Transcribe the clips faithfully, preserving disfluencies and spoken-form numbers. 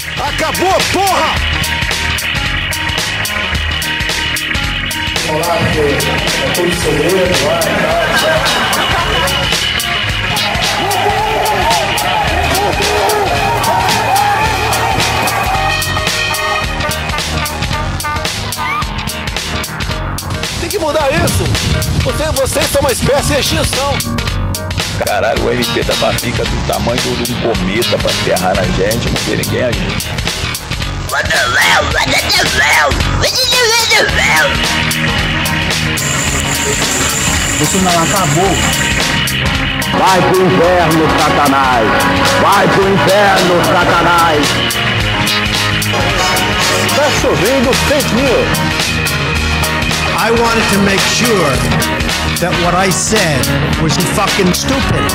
Acabou, porra! Olá, é tudo segredo lá e tal. Tem que mudar isso! Você, vocês são uma espécie de extinção! Caralho, o R P da Bafica do tamanho de um cometa pra ferrar na gente, não tem ninguém aqui. What the hell? What the hell? What the hell? Bolsonaro acabou. Vai pro inferno, Satanás! Vai pro inferno, Satanás! Tá chovendo fake news! I wanted to make sure that what I said was fucking stupid.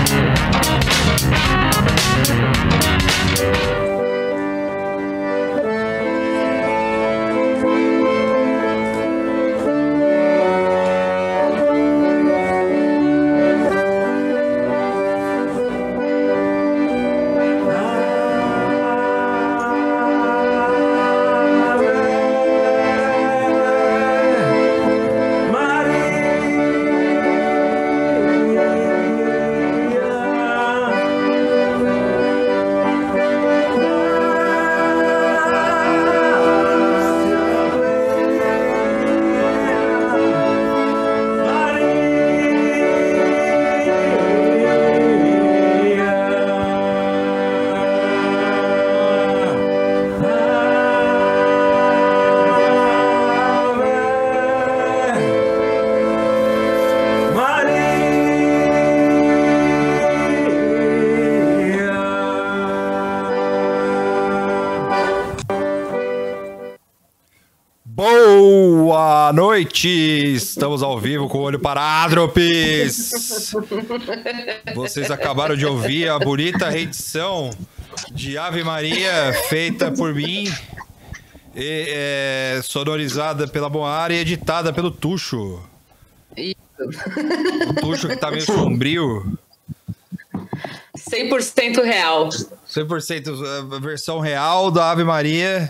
Boa noite! Estamos ao vivo com o olho para Adropes! Vocês acabaram de ouvir a bonita reedição de Ave Maria, feita por mim, e, é, sonorizada pela Moara e editada pelo Tuxo. Isso. O Tuxo que tá meio sombrio. cem por cento real. cem por cento a versão real da Ave Maria.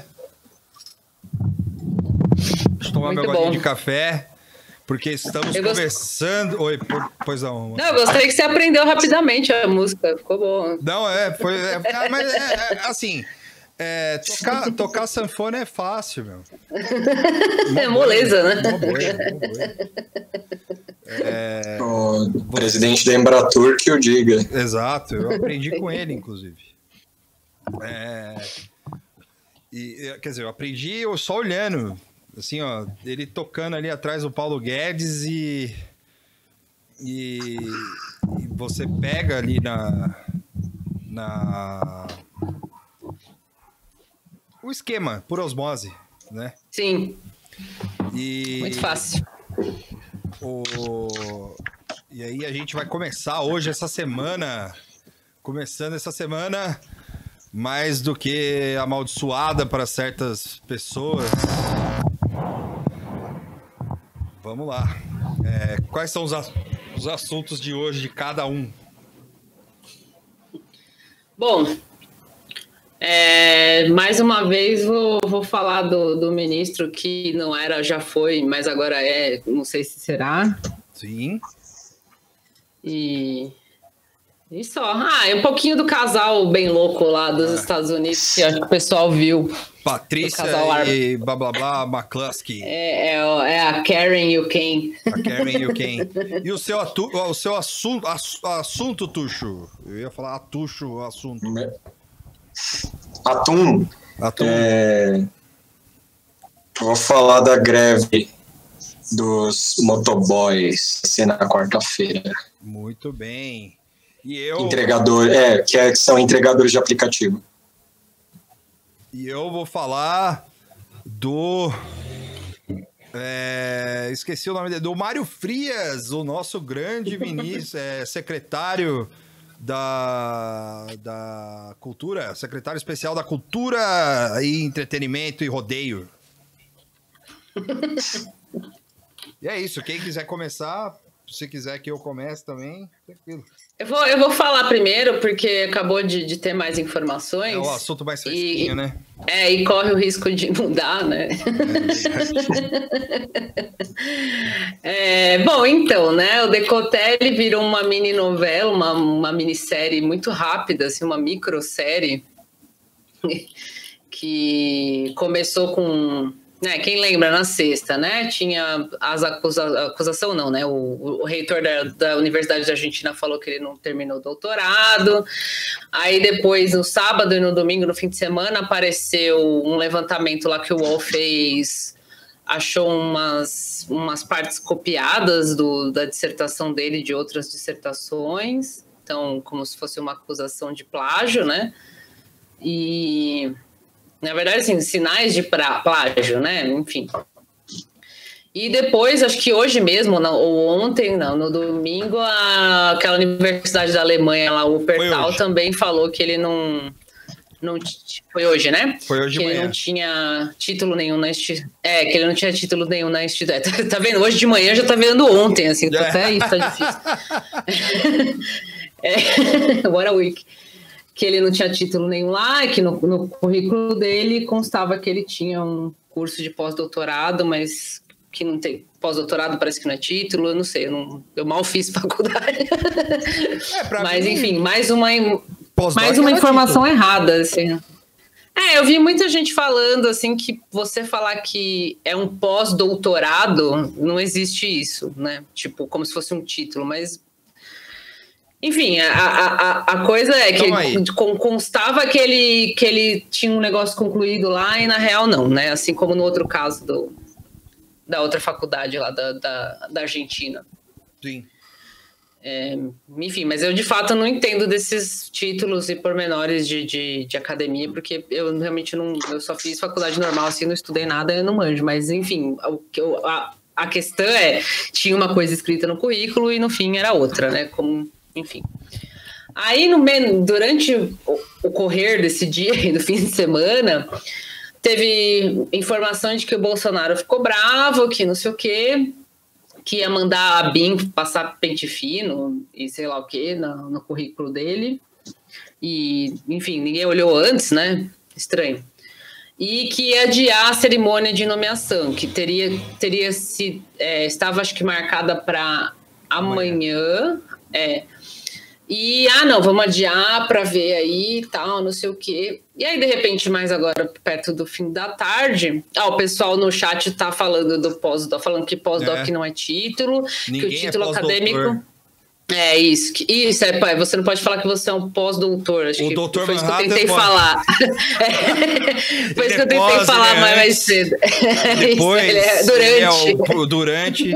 Deixa eu tomar Muito meu golinho bom. de café, porque estamos Eu gost- conversando... Oi, por- pois não. Não, eu gostei que você aprendeu rapidamente a música. Ficou bom. Não, é, foi... É, ah, mas, é, é, assim, é, tocar, tocar sanfona é fácil, meu. É moleza, né? Mó boia, mó boia. É, O presidente da Embratur que o diga. exato, eu aprendi com ele, inclusive. É, e, quer dizer, eu aprendi só olhando, assim, ó, ele tocando ali atrás do Paulo Guedes e, e, e você pega ali na, na o esquema por osmose, né? Sim, E muito fácil. O... E aí a gente vai começar hoje, essa semana, começando essa semana, mais do que amaldiçoada para certas pessoas. Vamos lá. É, quais são os, a- os assuntos de hoje de cada um? Bom, é, mais uma vez vou, vou falar do, do ministro que não era, já foi, mas agora é, não sei se será. Sim. E, e só. Ah, é um pouquinho do casal bem louco lá dos Estados Unidos, que acho que o pessoal viu. Patrícia Do casal Ar- e blá blá blá McCluskey. É, é, o- é a Karen e o Ken. A Karen e o Ken. E o seu, atu... o seu assunto, ass- assunto, Tuxo? Eu ia falar atuxo, assunto. Atum, Atum. é, vou falar da greve dos motoboys vai ser na quarta-feira. Muito bem. E eu, Entregador, é, que é- que são entregadores de aplicativo. e eu vou falar do... é, esqueci o nome dele. Do Mário Frias, o nosso grande ministro, é, secretário da, da Cultura, secretário especial da Cultura e Entretenimento e Rodeio. E é isso. Quem quiser começar, Se quiser que eu comece também, tranquilo. Eu vou, eu vou falar primeiro, porque acabou de, de ter mais informações. É o assunto mais fresquinho, e, né? É, e corre o risco de mudar, né? É, é, bom, então, né? O Decotelli virou uma mini novela, uma, uma minissérie muito rápida, assim, uma microsérie que começou com... Né, quem lembra, na sexta, né, tinha as acusa, acusação não, né, o, o reitor da, da Universidade da Argentina falou que ele não terminou o doutorado, aí depois no sábado e no domingo, no fim de semana, apareceu um levantamento lá que o U O L fez, achou umas, umas partes copiadas do, da dissertação dele de outras dissertações, então como se fosse uma acusação de plágio, né, e... Na verdade, assim, sinais de plágio, né? Enfim. E depois, acho que hoje mesmo, não, ou ontem, não, no domingo, a, aquela universidade da Alemanha, lá, o Wuppertal, também falou que ele não... não foi hoje, né? Foi hoje de que manhã. ele não tinha título nenhum na instituição. É, que ele não tinha título nenhum na instituição. Tá, tá vendo? Hoje de manhã já tá vendo ontem, assim, tá até isso tá difícil. É, what a week. Que ele não tinha título nenhum lá, e que no, no currículo dele constava que ele tinha um curso de pós-doutorado, mas que não tem pós-doutorado, parece que não é título, eu não sei, eu, não, eu mal fiz faculdade. É, mas, mim, enfim, mais uma, mais uma informação título. errada, assim. É, eu vi muita gente falando, assim, que você falar que é um pós-doutorado, não existe isso, né? Tipo, como se fosse um título, mas... Enfim, a, a, a coisa é que ele constava que ele, que ele tinha um negócio concluído lá e na real não, né? Assim como no outro caso do, da outra faculdade lá da, da, da Argentina. Sim. É, enfim, mas eu de fato não entendo desses títulos e pormenores de, de, de academia, porque eu realmente não, eu só fiz faculdade normal, assim, não estudei nada, eu não manjo, mas enfim, o que eu, a, a questão é, tinha uma coisa escrita no currículo e no fim era outra, né? Como... Enfim. Aí, no, durante o, o correr desse dia e do fim de semana, teve informação de que o Bolsonaro ficou bravo, que não sei o quê, que ia mandar a B I M passar pente fino e sei lá o quê no, no currículo dele. E, enfim, ninguém olhou antes, né? Estranho. E que ia adiar a cerimônia de nomeação, que teria, teria se, é, estava, acho que, marcada para amanhã. É. E, ah, não, vamos adiar para ver aí e tal, não sei o quê. E aí, de repente, mais agora, perto do fim da tarde, ah, o pessoal no chat tá falando do pós-doc, falando que pós-doc é. não é título, Ninguém que o título é acadêmico... É isso, isso é, pai. Você não pode falar que você é um pós-doutor. Acho o que doutor foi isso que eu tentei pode... falar. É, foi isso que eu tentei pós, falar mais, mais cedo. Depois, isso, ele é durante. Ele é o, durante.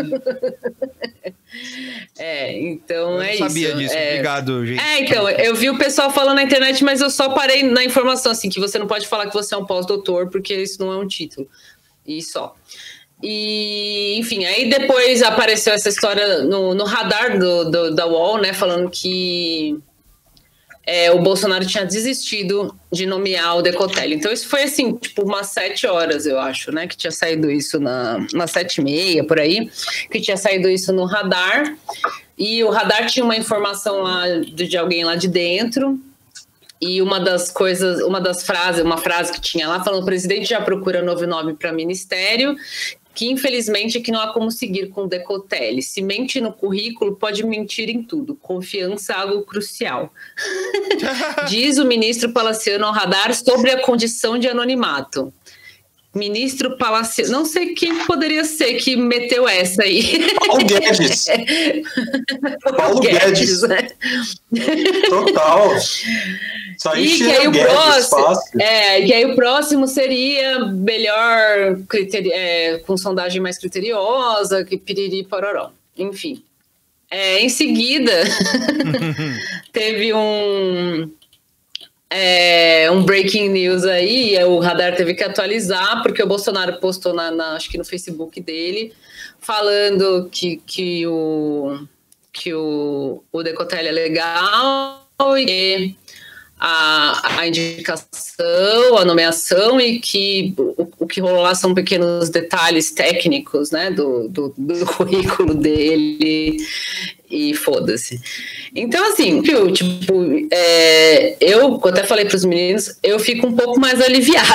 É, então eu é não sabia isso. disso. É... Obrigado, gente. É, então, eu vi o pessoal falando na internet, mas eu só parei na informação, assim, que você não pode falar que você é um pós-doutor, porque isso não é um título. E só. E, enfim, aí depois apareceu essa história no, no radar do, do, da U O L, né, falando que é, o Bolsonaro tinha desistido de nomear o Decotelli. Então isso foi assim, tipo umas sete horas, eu acho, né, que tinha saído isso na, nas sete e meia, por aí, que tinha saído isso no radar, e o radar tinha uma informação lá de, de alguém lá de dentro. E uma das coisas, uma das frases, uma frase que tinha lá, falando: o presidente já procura novo nome para ministério, que infelizmente é que não há como seguir com o Decotelli. Se mente no currículo, pode mentir em tudo. Confiança é algo crucial. Diz o ministro Palaciano ao radar sobre a condição de anonimato. Ministro Palaciano, não sei quem poderia ser que meteu essa aí. Paulo Guedes. Paulo, Paulo Guedes. Guedes, né? Total. Só e que aí, o próximo, é, que aí o próximo seria melhor, criteri- é, com sondagem mais criteriosa, que piriri pororó. Enfim. É, em seguida, teve um... É, um breaking news aí, o radar teve que atualizar, porque o Bolsonaro postou, na, na, acho que no Facebook dele, falando que, que, o, que o, o Decotelli é legal e que a, a indicação, a nomeação, e que o, o que rolou lá são pequenos detalhes técnicos, né, do, do, do currículo dele, e foda-se. Então, assim, eu, tipo, é, eu até falei para os meninos, eu fico um pouco mais aliviada.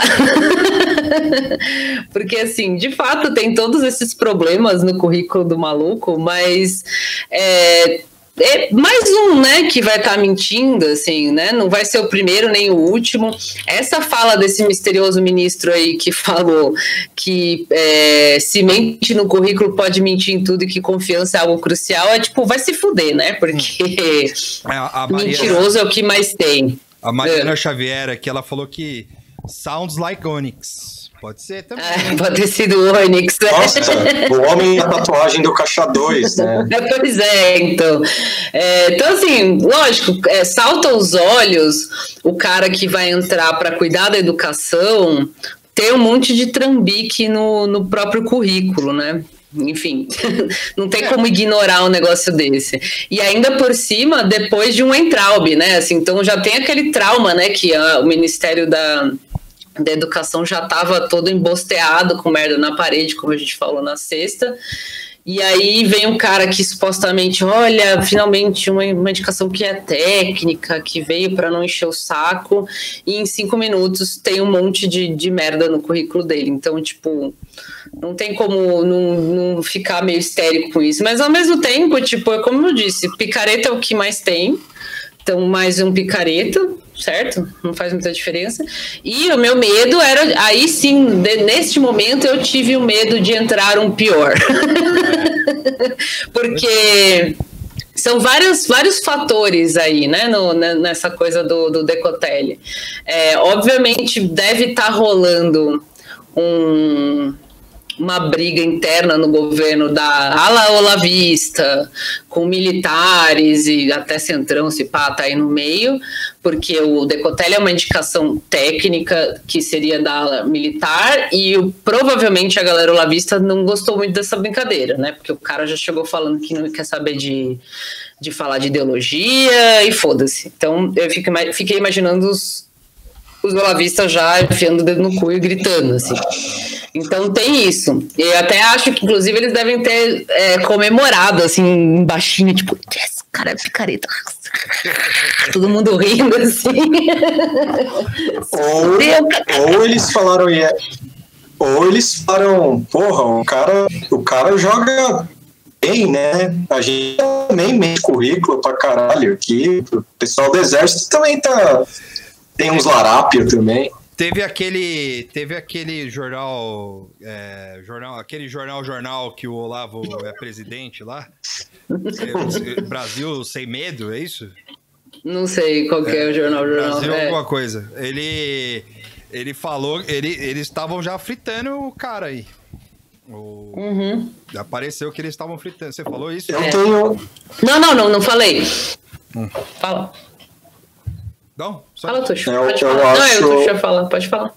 Porque, assim, de fato, tem todos esses problemas no currículo do maluco, mas... É, é mais um, né, que vai estar tá mentindo, assim, né, não vai ser o primeiro nem o último. Essa fala desse misterioso ministro aí que falou que é, se mente no currículo pode mentir em tudo e que confiança é algo crucial, é tipo, vai se fuder, né, porque a, a Mariana, mentiroso é o que mais tem. A Mariana é. Xavier aqui, ela falou que sounds like Onyx. Pode ser também. É, pode ter sido o Onyx. Nossa, o homem da tatuagem do Caixa dois, né? Pois é, então. É, então, assim, lógico, é, salta aos olhos o cara que vai entrar para cuidar da educação ter um monte de trambique no, no próprio currículo, né? Enfim, não tem como ignorar um negócio desse. E ainda por cima, depois de um Weintraub, né? Assim, então já tem aquele trauma, né? Que a, o Ministério da... da educação já estava todo embosteado com merda na parede, como a gente falou na sexta, e aí vem um cara que supostamente, olha, finalmente uma, uma indicação que é técnica, que veio para não encher o saco, e em cinco minutos tem um monte de, de merda no currículo dele. Então, tipo, não tem como não, não ficar meio histérico com isso, mas ao mesmo tempo, tipo, é como eu disse, picareta é o que mais tem, então mais um picareta, certo? Não faz muita diferença. E o meu medo era... Aí sim, de, neste momento, eu tive o medo de entrar um pior. Porque são vários, vários fatores aí, né? No, nessa coisa do, do Decotelli. É, obviamente, deve estar tá rolando um... uma briga interna no governo da ala olavista, com militares e até centrão, se pá, tá aí no meio, porque o Decotelli é uma indicação técnica que seria da ala militar, e o, provavelmente a galera olavista não gostou muito dessa brincadeira, né? Porque o cara já chegou falando que não quer saber de, de falar de ideologia e foda-se. Então eu fico, fiquei imaginando os, os olavistas já enfiando o dedo no cu e gritando, assim. Então tem isso. E eu até acho que, inclusive, eles devem ter é, comemorado, assim, baixinho, tipo, yes, cara, é picareta. Todo mundo rindo, assim. Ou, ou eles falaram, yeah. ou eles falaram, porra, o cara, o cara joga bem, né? A gente também mente currículo pra caralho aqui. O pessoal do exército também tá... Tem uns larápio também. Teve aquele, teve aquele jornal, é, jornal, aquele jornal, jornal que o Olavo é presidente lá, é, Brasil Sem Medo, é isso? Não sei qual que é, é o jornal, jornal. Brasil é. alguma coisa. Ele, ele falou, ele, eles estavam já fritando o cara aí. O, uhum. Apareceu que eles estavam fritando. Você falou isso? Eu tenho... Não, não, não, não falei. Hum. Fala. Não, só... Fala, Tuxo. Eu, pode eu falar. acho... Não, eu Tuxo ia falar, pode falar.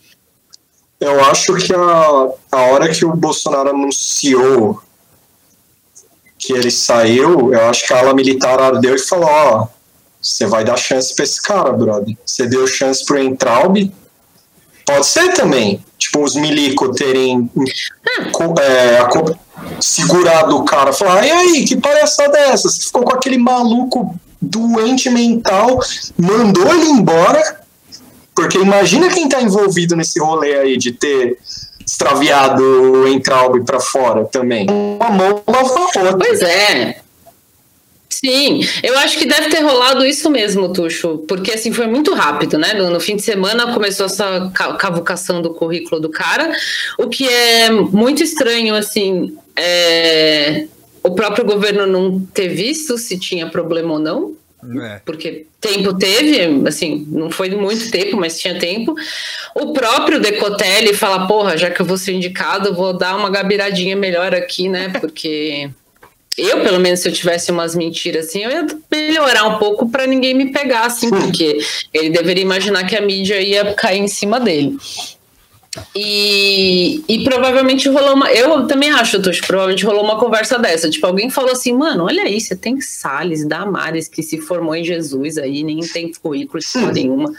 Eu acho que a, a hora que o Bolsonaro anunciou que ele saiu, eu acho que a ala militar ardeu e falou, ó, você vai dar chance pra esse cara, brother. Você deu chance pro Weintraub, pode ser também. Tipo, os milico terem ah. é, segurado o cara, falar, e aí, que palhaçada é essa? Você ficou com aquele maluco doente mental, mandou ele embora, porque imagina quem tá envolvido nesse rolê aí de ter extraviado o Weintraub pra fora também. Uma mão lava a outra. Pois é. Sim, eu acho que deve ter rolado isso mesmo, Tuxo, porque assim foi muito rápido, né? No, no fim de semana começou essa cavucação do currículo do cara, o que é muito estranho, assim, é... o próprio governo não ter visto se tinha problema ou não, é. Porque tempo teve, assim, não foi muito tempo, mas tinha tempo. O próprio Decotelli fala, porra, já que eu vou ser indicado, vou dar uma gabiradinha melhor aqui, né, porque eu, pelo menos, se eu tivesse umas mentiras assim, eu ia melhorar um pouco para ninguém me pegar, assim, porque ele deveria imaginar que a mídia ia cair em cima dele. E, e provavelmente rolou uma... Eu também acho, Tuxo, provavelmente rolou uma conversa dessa. Tipo, alguém falou assim, mano, olha aí, você tem Salles, Damares, que se formou em Jesus aí, nem tem currículo de escola nenhuma.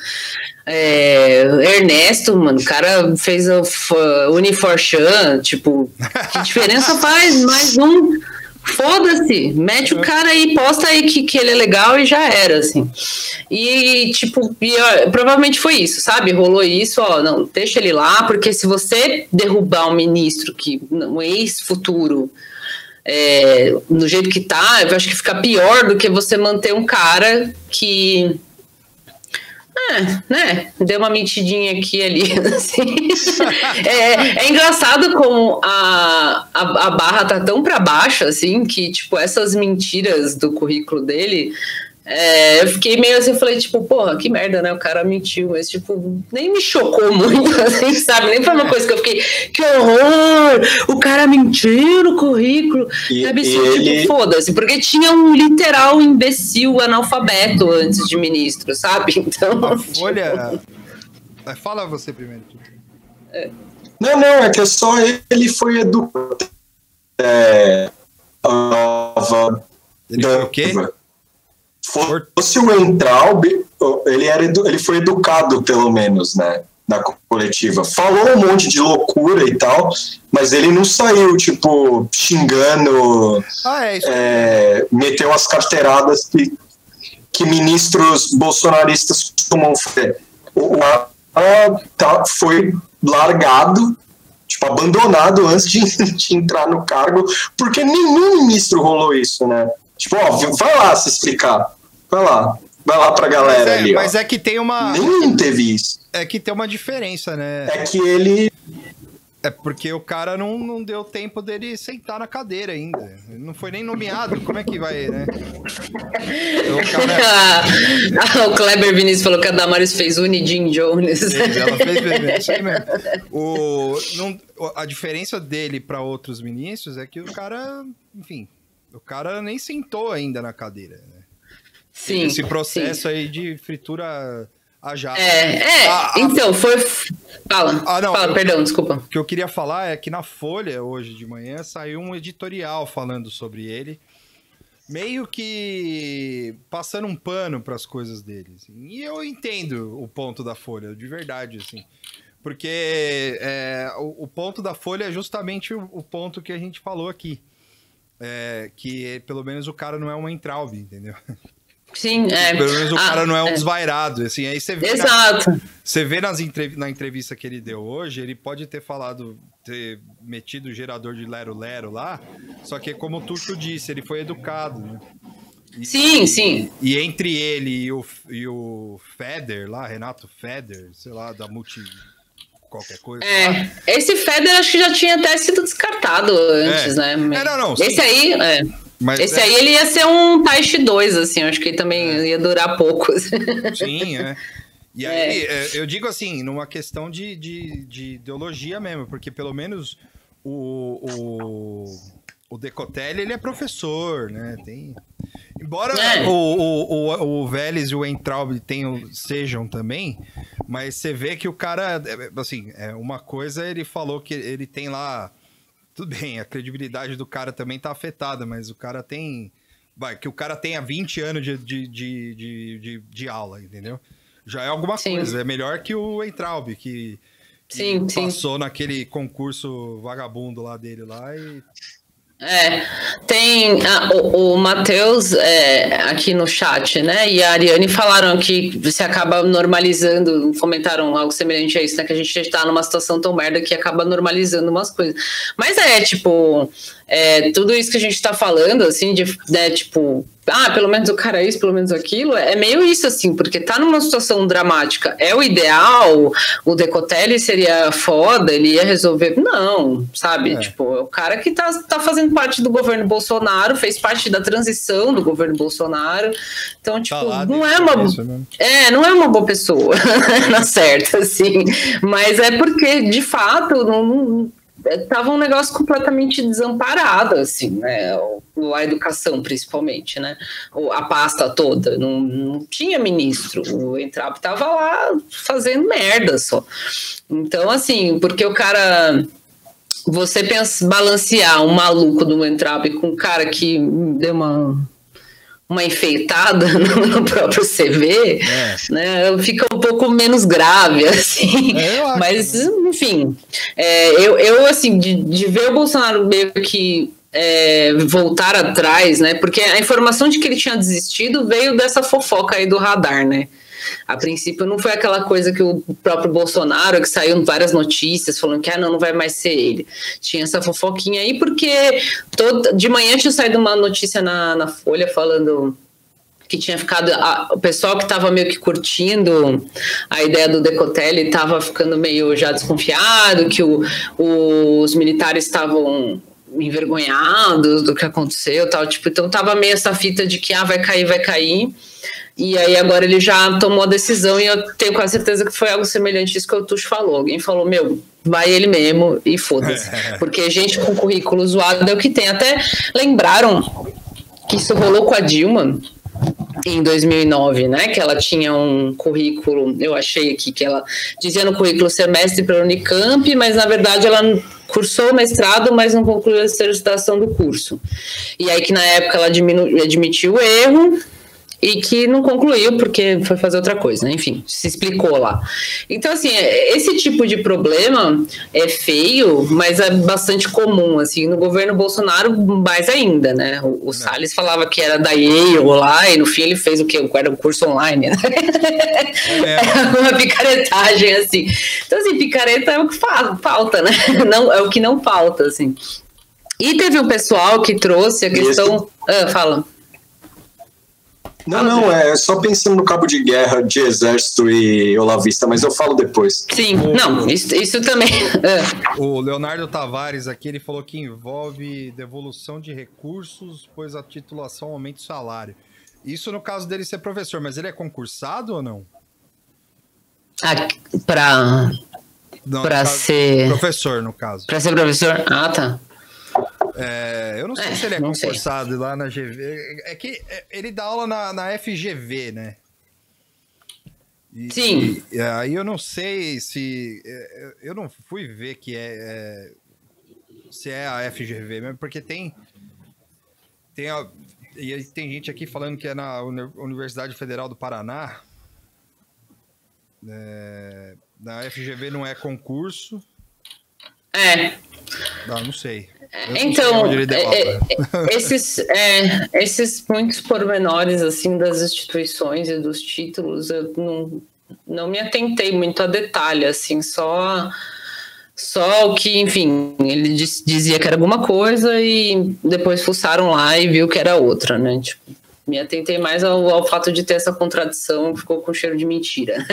É, Ernesto, mano, o cara fez o Uniforchan, tipo, que diferença faz? Mais um... Foda-se, mete o cara aí, posta aí que, que ele é legal e já era, assim. E, tipo, e, ó, provavelmente foi isso, sabe? Rolou isso, ó, não, deixa ele lá, porque se você derrubar um ministro, que um ex-futuro, é, no jeito que tá, eu acho que fica pior do que você manter um cara que... É, né? Deu uma mentidinha aqui e ali. Assim. É, é engraçado como a, a, a barra tá tão pra baixo, assim, que, tipo, essas mentiras do currículo dele, é, eu fiquei meio assim, falei, tipo, porra, que merda, né? O cara mentiu, mas, tipo, nem me chocou muito, assim, sabe? Nem foi uma coisa que eu fiquei, que horror! O cara mentiu no currículo. E, sabe, assim, ele... tipo, foda-se, porque tinha um literal imbecil analfabeto antes de ministro, sabe? Então. A Folha. Tipo... Fala você primeiro. É. Não, não, é que é só ele foi educado. É. Uh, ele foi o quê? Fosse o Weintraub, ele, era edu, ele foi educado, pelo menos, né, na coletiva. Falou um monte de loucura e tal, mas ele não saiu, tipo, xingando, ah, é, isso é, meteu as carteiradas que, que ministros bolsonaristas costumam fazer. O a, tá, foi largado, tipo, abandonado antes de, de entrar no cargo, porque nenhum ministro rolou isso, né? Tipo, ó, vai lá se explicar. Vai lá. Vai lá pra galera mas é, ali, Mas ó. é que tem uma... Nenhum teve isso. É que tem uma diferença, né? É que ele... É porque o cara não, não deu tempo dele sentar na cadeira ainda. Ele não foi nem nomeado. Como é que vai, né? O, cara... o Kleber Vinícius falou que a Damares fez Unidin Jones. Fez, ela fez mesmo. Isso aí mesmo. O, não, a diferença dele para outros ministros é que o cara... Enfim... O cara nem sentou ainda na cadeira, né? Sim. Esse processo sim. aí de fritura a jato. É, é a, a... então, foi... Fala, ah, não, Fala eu, perdão, desculpa. O que eu queria falar é que na Folha, hoje de manhã, saiu um editorial falando sobre ele, meio que passando um pano para as coisas dele. Assim. E eu entendo o ponto da Folha, de verdade, assim. Porque é, o, o ponto da Folha é justamente o, o ponto que a gente falou aqui. É, que pelo menos o cara não é um Weintraub, entendeu? Sim, é. Pelo menos o ah, cara não é um é. desvairado, assim, aí você vê... Exato. Na, você vê nas entrev na entrevista que ele deu hoje, ele pode ter falado, ter metido o gerador de lero-lero lá, só que como o Tuxo disse, ele foi educado, né? E, sim, sim. E entre ele e o, e o Feder lá, Renato Feder, sei lá, da Multi... qualquer coisa. É, lá. Esse Feder acho que já tinha até sido descartado antes, é. né? É, não, não, esse sim. aí, é. Mas esse é... aí ele ia ser um Taishi dois, assim, acho que ele também é. ia durar pouco. Sim, é. E aí, é. eu digo assim, numa questão de, de, de ideologia mesmo, porque pelo menos o, o, o Decotelli, ele é professor, né? Tem... Embora é. o, o, o, o Vélez e o Weintraub tenham, sejam também, mas você vê que o cara, assim, é uma coisa, ele falou que ele tem lá, tudo bem, a credibilidade do cara também tá afetada, mas o cara tem, vai, que o cara tenha vinte anos de, de, de, de, de, de aula, entendeu? Já é alguma sim. coisa, é melhor que o Weintraub, que, que sim, passou sim. naquele concurso vagabundo lá dele lá e... É, tem ah, o, o Matheus é, aqui no chat, né, e a Ariane falaram que você acaba normalizando, fomentaram algo semelhante a isso, né, que a gente está numa situação tão merda que acaba normalizando umas coisas. Mas é, tipo, é, tudo isso que a gente tá falando, assim, de, né, tipo, ah, pelo menos o cara é isso, pelo menos aquilo, é meio isso, assim, porque tá numa situação dramática. É o ideal, o Decotelli seria foda, ele ia resolver. Não, sabe? É. Tipo, é o cara que tá, tá fazendo parte do governo Bolsonaro, fez parte da transição do governo Bolsonaro. Então, tipo, tá não é uma. Isso, né? É, não é uma boa pessoa, na certa, assim. Mas é porque, de fato, não. tava um negócio completamente desamparado, assim, né? A educação, principalmente, né? A pasta toda, não, não tinha ministro. O Entrap tava lá fazendo merda só. Então, assim, porque o cara... Você pensa, balancear um maluco do Entrap com um cara que deu uma... uma enfeitada no, no próprio C V, é. né, fica um pouco menos grave, assim, é, mas, enfim, é, eu, eu, assim, de, de ver o Bolsonaro meio que é, voltar atrás, né, porque a informação de que ele tinha desistido veio dessa fofoca aí do radar, né, a princípio não foi aquela coisa que o próprio Bolsonaro, que saiu várias notícias falando que ah, não, não vai mais ser ele. Tinha essa fofoquinha aí, porque todo, de manhã tinha saído uma notícia na, na Folha falando que tinha ficado... A, o pessoal que estava meio que curtindo a ideia do Decotelli estava ficando meio já desconfiado, que o, os militares estavam envergonhados do que aconteceu, tal, tipo, então tava meio essa fita de que ah, vai cair, vai cair. E aí agora ele já tomou a decisão e eu tenho quase certeza que foi algo semelhante a isso que o Tuxo falou. Alguém falou, meu, vai ele mesmo e foda-se. Porque gente com currículo zoado é o que tem. Até lembraram que isso rolou com a Dilma em dois mil e nove, né? Que ela tinha um currículo, eu achei aqui, que ela dizia no currículo semestre para a Unicamp, mas na verdade ela cursou o mestrado, mas não concluiu a certificação do curso. E aí que na época ela diminu- admitiu o erro, e que não concluiu porque foi fazer outra coisa, né? Enfim, se explicou lá. Então, assim, esse tipo de problema é feio, mas é bastante comum, assim, no governo Bolsonaro mais ainda, né? O, o Salles falava que era da Yale lá, e no fim ele fez o quê? Era um curso online, né? É uma picaretagem, assim. Então, assim, picareta é o que fa- falta, né? Não, é o que não falta, assim. E teve um pessoal que trouxe a questão... Ah, fala... Não, não, é só pensando no cabo de guerra de exército e olavista, mas eu falo depois. Sim, o, não, isso, isso também. O Leonardo Tavares aqui, ele falou que envolve devolução de recursos, pois a titulação aumenta o salário. Isso no caso dele ser professor, mas ele é concursado ou não? Ah, pra, não, pra caso, ser... Professor, no caso. Pra ser professor? Ah, tá. É, eu não sei é, se ele é concursado sei. lá na G V. É que ele dá aula na, na F G V, né? E, Sim. E, aí eu não sei se... Eu não fui ver que é, é se é a F G V mesmo, porque tem... Tem, a, e tem gente aqui falando que é na Universidade Federal do Paraná. É, na F G V não é concurso. É. Não, não sei. Então, é, é, esses, é, esses muitos pormenores assim, das instituições e dos títulos, eu não, não me atentei muito a detalhe, assim, só, só o que, enfim, ele diz, dizia que era alguma coisa e depois fuçaram lá e viu que era outra, né? Tipo, me atentei mais ao, ao fato de ter essa contradição, ficou com cheiro de mentira.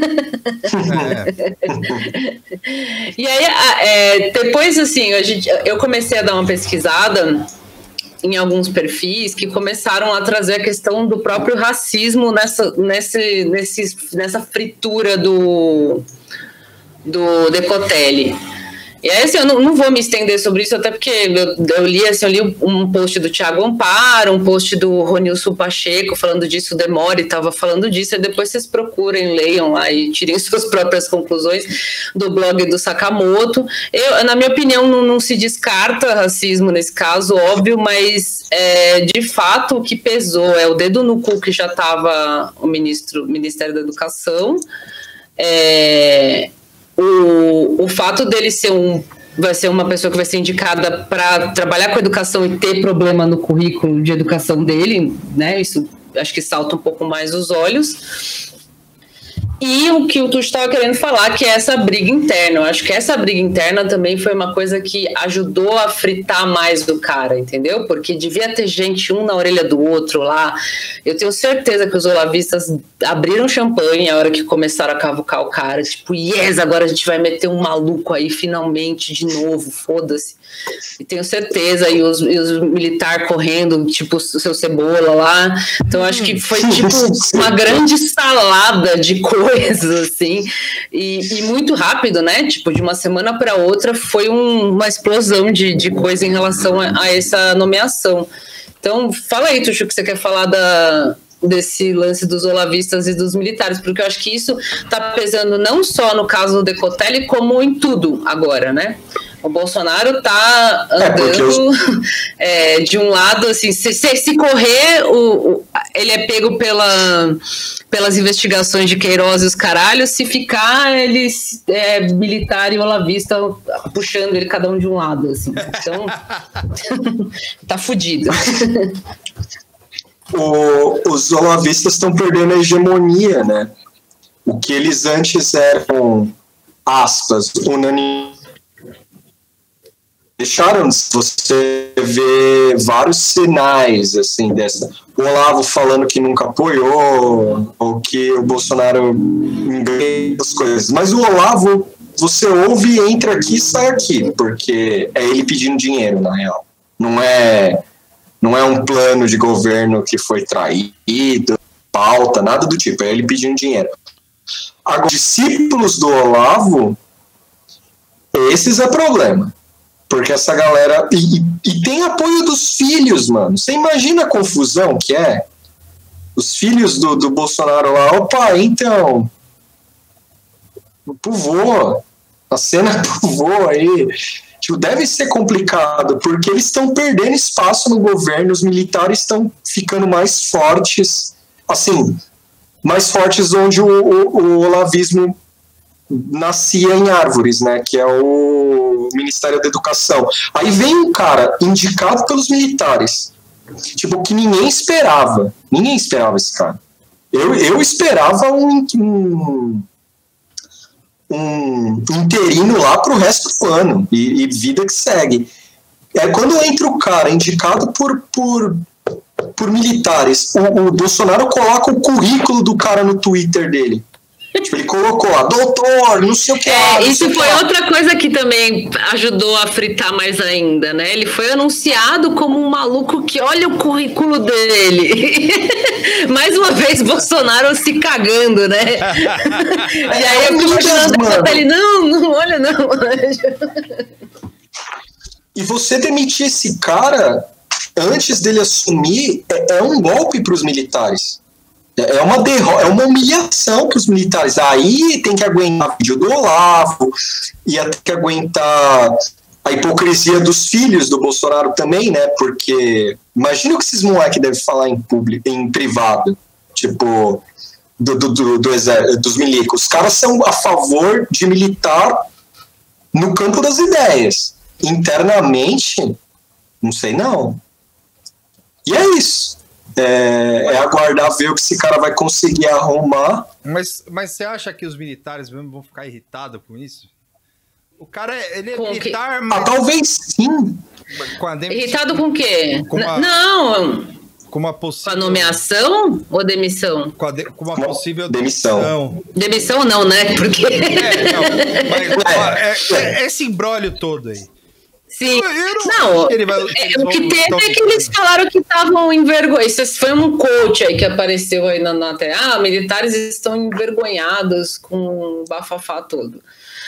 É. E aí, é, depois, assim, a gente, eu comecei a dar uma pesquisada em alguns perfis que começaram a trazer a questão do próprio racismo nessa, nesse, nesse, nessa fritura do, do Decotelli. E aí, assim, eu não, não vou me estender sobre isso, até porque eu, eu li, assim, eu li um post do Thiago Amparo, um post do Ronilson Pacheco falando disso, o Demore estava falando disso, e depois vocês procurem, leiam lá e tirem suas próprias conclusões do blog do Sakamoto. Eu, na minha opinião, não, não se descarta racismo nesse caso, óbvio, mas é, de fato o que pesou é o dedo no cu que já estava o ministro, Ministério da Educação, é... O, o fato dele ser um vai ser uma pessoa que vai ser indicada para trabalhar com educação e ter problema no currículo de educação dele, né? Isso acho que salta um pouco mais os olhos. E o que o Tuxo estava querendo falar, que é essa briga interna. Eu acho que essa briga interna também foi uma coisa que ajudou a fritar mais do cara, entendeu? Porque devia ter gente um na orelha do outro lá. Eu tenho certeza que os olavistas abriram champanhe a hora que começaram a cavucar o cara. Tipo, yes, agora a gente vai meter um maluco aí finalmente de novo, foda-se. E tenho certeza, e os, e os militares correndo, tipo o seu Cebola lá. Então acho que foi tipo uma grande salada de coisa coisas, assim, e, e muito rápido, né? Tipo, de uma semana para outra foi um, uma explosão de, de coisa em relação a, a essa nomeação. Então, fala aí, Tuxo, que você quer falar da, desse lance dos olavistas e dos militares, porque eu acho que isso está pesando não só no caso do Decotelli, como em tudo agora, né? O Bolsonaro está andando é, eu... é, de um lado, assim, se, se, se correr, o, o, ele é pego pela, pelas investigações de Queiroz e os caralhos, se ficar, ele é militar e olavista puxando ele cada um de um lado, assim. Então, tá fudido. O, os olavistas estão perdendo a hegemonia, né? O que eles antes eram, aspas, unânime. Deixaram de você ver vários sinais, assim, dessa. O Olavo falando que nunca apoiou, ou que o Bolsonaro engana as coisas. Mas o Olavo, você ouve, entra aqui e sai aqui, porque é ele pedindo dinheiro, na real. Não é, não é um plano de governo que foi traído, pauta, nada do tipo, é ele pedindo dinheiro. Agora, discípulos do Olavo, esses é problema. Porque essa galera... E, e tem apoio dos filhos, mano. Você imagina a confusão que é? Os filhos do, do Bolsonaro lá. Opa, então... Pro vô. A cena pro vô aí. Tipo, deve ser complicado, porque eles estão perdendo espaço no governo. Os militares estão ficando mais fortes. Assim, mais fortes onde o, o, o olavismo nascia em árvores, né? Que é o Ministério da Educação. Aí vem um cara indicado pelos militares, tipo, que ninguém esperava. Ninguém esperava esse cara. Eu, eu esperava um, um, um interino lá pro resto do ano, e, e vida que segue. É quando entra o cara indicado por, por, por militares, o, o Bolsonaro coloca o currículo do cara no Twitter dele. Tipo, ele colocou lá, doutor, não sei o que lá. É, isso foi outra coisa que também ajudou a fritar mais ainda, né? Ele foi anunciado como um maluco que olha o currículo dele. Mais uma vez, Bolsonaro se cagando, né? E aí eu fico ele, não, não, olha não. E você demitir esse cara antes dele assumir é, é um golpe para os militares. É uma, derro- é uma humilhação para os militares. Aí tem que aguentar o vídeo do Olavo, ia ter que aguentar a hipocrisia dos filhos do Bolsonaro também, né? Porque imagina o que esses moleques devem falar em público, em privado, tipo, do, do, do, do exército, dos milicos. Os caras são a favor de militar no campo das ideias. Internamente, não sei não. E é isso. É, é aguardar ver o que esse cara vai conseguir arrumar. Mas, mas você acha que os militares mesmo vão ficar irritados com isso? O cara, ele é com militar, que... mas... Ah, talvez sim. Com a dem... Irritado com o quê? Com a... Não... Com uma possível... Com a nomeação ou demissão? Com, a de... com uma possível demissão. demissão. Demissão não, né? Porque... É, não, mas, é, é, esse imbróglio todo aí. Sim. Não, ele vai, é, o que teve é que eles falaram que estavam envergonhados. Isso foi um coach aí que apareceu aí na, na tela. Ah, militares estão envergonhados com o bafafá todo.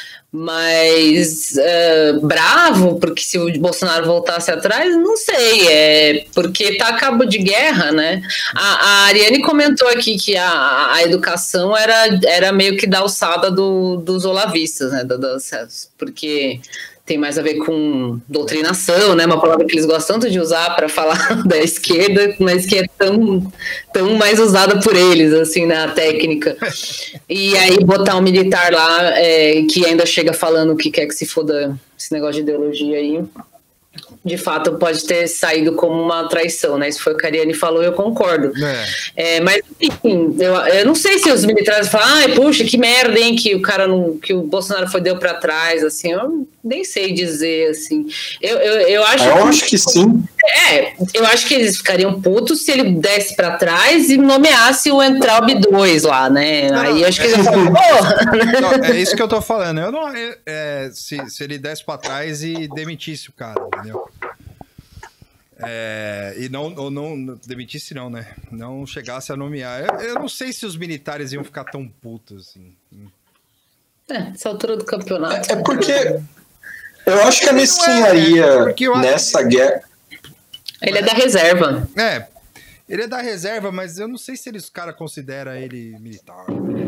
Mas uh, bravo, porque se o Bolsonaro voltasse atrás, não sei, é porque tá a cabo de guerra, né? A, a Ariane comentou aqui que a, a educação era, era meio que da alçada do, dos olavistas, né? Da, das, porque tem mais a ver com doutrinação, né? Uma palavra que eles gostam tanto de usar para falar da esquerda, mas que é tão, tão mais usada por eles, assim, na técnica. E aí botar um militar lá é, que ainda chega falando o que quer que se foda esse negócio de ideologia aí, de fato pode ter saído como uma traição, né? Isso foi o que a Ariane falou, eu concordo. É. É, mas, enfim, eu, eu não sei se os militares falam, ai, puxa, que merda, hein, que o cara não, que o Bolsonaro foi deu pra trás, assim, eu nem sei dizer, assim. Eu, eu, eu acho eu que, acho que sim. É, eu acho que eles ficariam putos se ele desse pra trás e nomeasse o Entraub dois lá, né? Não, aí não, acho que é, eles vão falar, não, é isso que eu tô falando. Eu não, é, é, se, se ele desse pra trás e demitisse o cara, entendeu? É, e não, ou não demitisse, não, né? Não chegasse a nomear. Eu, eu não sei se os militares iam ficar tão putos assim. É, essa altura do campeonato. É, é porque eu acho que a mesquinharia é, é nessa que... guerra. Ele é da reserva. É, ele é da reserva, mas eu não sei se eles, os caras consideram ele militar.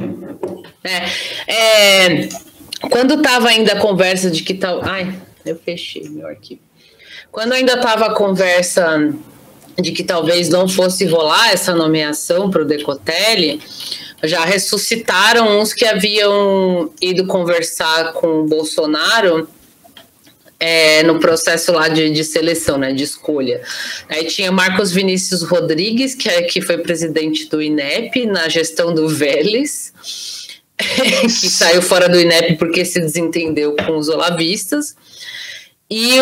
É, é, quando tava ainda a conversa de que tal. Ai, eu fechei meu arquivo. Quando ainda tava a conversa de que talvez não fosse rolar essa nomeação para o Decotelli, já ressuscitaram uns que haviam ido conversar com o Bolsonaro é, no processo lá de, de seleção, né, de escolha. Aí tinha Marcos Vinícius Rodrigues, que, é, que foi presidente do I N E P na gestão do Vélez, que saiu fora do I N E P porque se desentendeu com os olavistas, e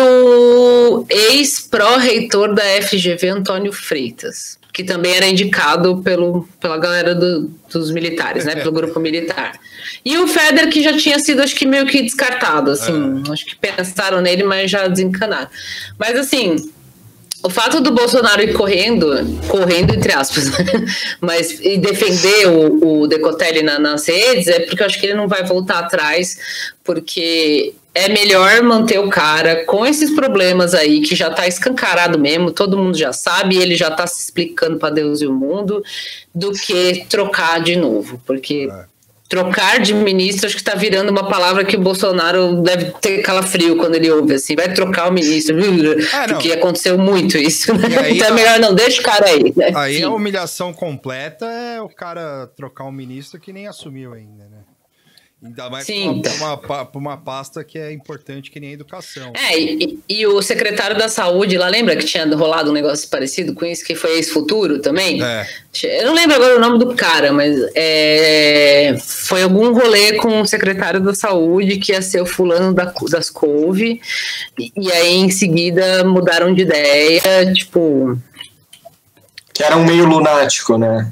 o ex-pró-reitor da F G V, Antônio Freitas, que também era indicado pelo, pela galera do, dos militares, né, pelo grupo militar. E o Feder, que já tinha sido, acho que meio que descartado, assim, é. Acho que pensaram nele, mas já desencanaram. Mas, assim, o fato do Bolsonaro ir correndo, correndo entre aspas, mas e defender o, o Decotelli na, nas redes, é porque eu acho que ele não vai voltar atrás, porque é melhor manter o cara com esses problemas aí, que já tá escancarado mesmo, todo mundo já sabe, ele já tá se explicando para Deus e o mundo, do que trocar de novo, porque... É. Trocar de ministro, acho que tá virando uma palavra que o Bolsonaro deve ter calafrio quando ele ouve, assim, vai trocar o ministro, é, porque aconteceu muito isso, né? Aí, então é melhor não, deixa o cara aí, né? Aí Sim. A humilhação completa é o cara trocar um ministro que nem assumiu ainda, né? Ainda mais para uma, uma, uma pasta que é importante, que nem a educação. É, e, e o secretário da Saúde lá, lembra que tinha rolado um negócio parecido com isso, que foi ex-futuro também? É. Eu não lembro agora o nome do cara, mas é, foi algum rolê com o secretário da Saúde que ia ser o fulano da, das couve, e, e aí em seguida mudaram de ideia, tipo... Que era um meio lunático, né?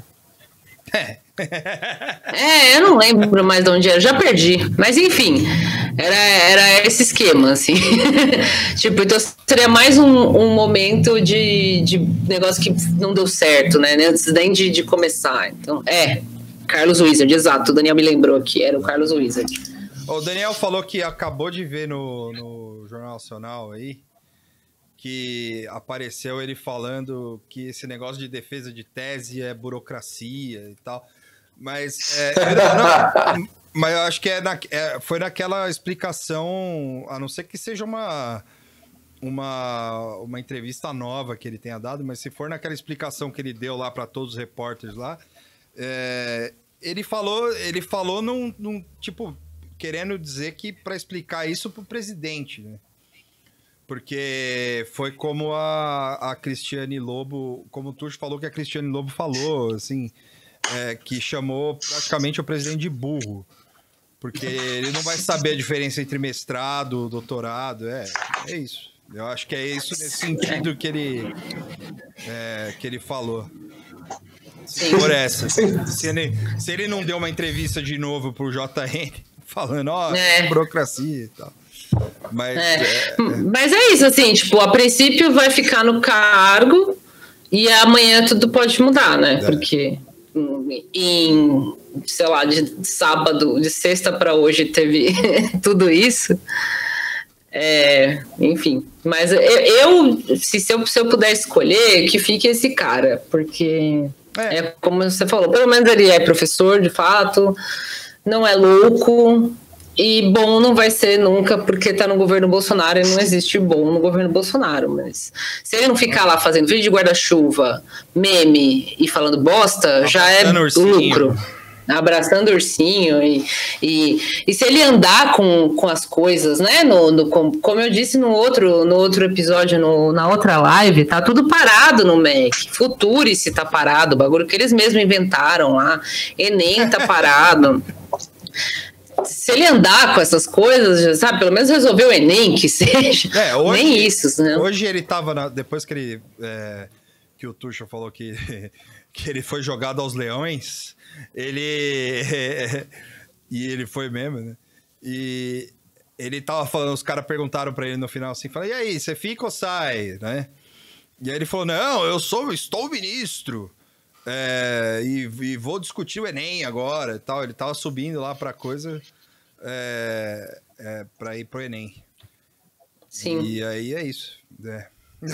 É. É, eu não lembro mais de onde era, já perdi. Mas enfim, era, era esse esquema, assim. Tipo, então seria mais um, um momento de, de negócio que não deu certo, né? Antes nem de, de começar. Então, é, Carlos Wizard, exato. O Daniel me lembrou aqui, era o Carlos Wizard. O Daniel falou que acabou de ver no, no Jornal Nacional aí, que apareceu ele falando que esse negócio de defesa de tese é burocracia e tal. Mas, é, não, não, mas eu acho que é, na, é foi naquela explicação, a não ser que seja uma, uma, uma entrevista nova que ele tenha dado, mas se for naquela explicação que ele deu lá para todos os repórteres lá, é, ele falou, ele falou num, num tipo, querendo dizer que para explicar isso pro presidente, né? Porque foi como a, a Cristiane Lobo, como o Tuxo falou que a Cristiane Lobo falou, assim... É, que chamou praticamente o presidente de burro, porque ele não vai saber a diferença entre mestrado, doutorado, é, é isso. Eu acho que é isso nesse sentido que ele, é, que ele falou. Sim. Por essa. Se ele, se ele não deu uma entrevista de novo pro J N, falando, ó, oh, é. burocracia e tal. Mas é. É, mas é isso, assim, tipo, a princípio vai ficar no cargo e amanhã tudo pode mudar, né? É. Porque... em, sei lá, de sábado, de sexta para hoje teve tudo isso, é, enfim, mas eu, eu se, se, eu, se eu puder escolher, que fique esse cara, porque é. é como você falou, pelo menos ele é professor de fato, não é louco, e bom não vai ser nunca, porque tá no governo Bolsonaro e não existe bom no governo Bolsonaro, mas se ele não ficar lá fazendo vídeo de guarda-chuva, meme e falando bosta, abraçando já é lucro. Abraçando o ursinho e, e, e se ele andar com, com as coisas, né, no, no, como eu disse no outro, no outro episódio, no, na outra live, tá tudo parado no M E C, Futurice tá parado, o bagulho que eles mesmos inventaram lá, Enem tá parado. Se ele andar com essas coisas, sabe, pelo menos resolver o Enem, que seja, é, hoje, nem isso, né? Hoje ele tava, na, depois que ele, é, que o Tuxo falou que, que ele foi jogado aos leões, ele, é, e ele foi mesmo, né? E ele tava falando, os caras perguntaram pra ele no final assim, falaram, e aí, você fica ou sai, né? E aí ele falou, não, eu sou, estou ministro. É, e, e vou discutir o Enem agora e tal. Ele tava subindo lá pra coisa é, é, pra ir pro Enem. Sim. E aí é isso. É.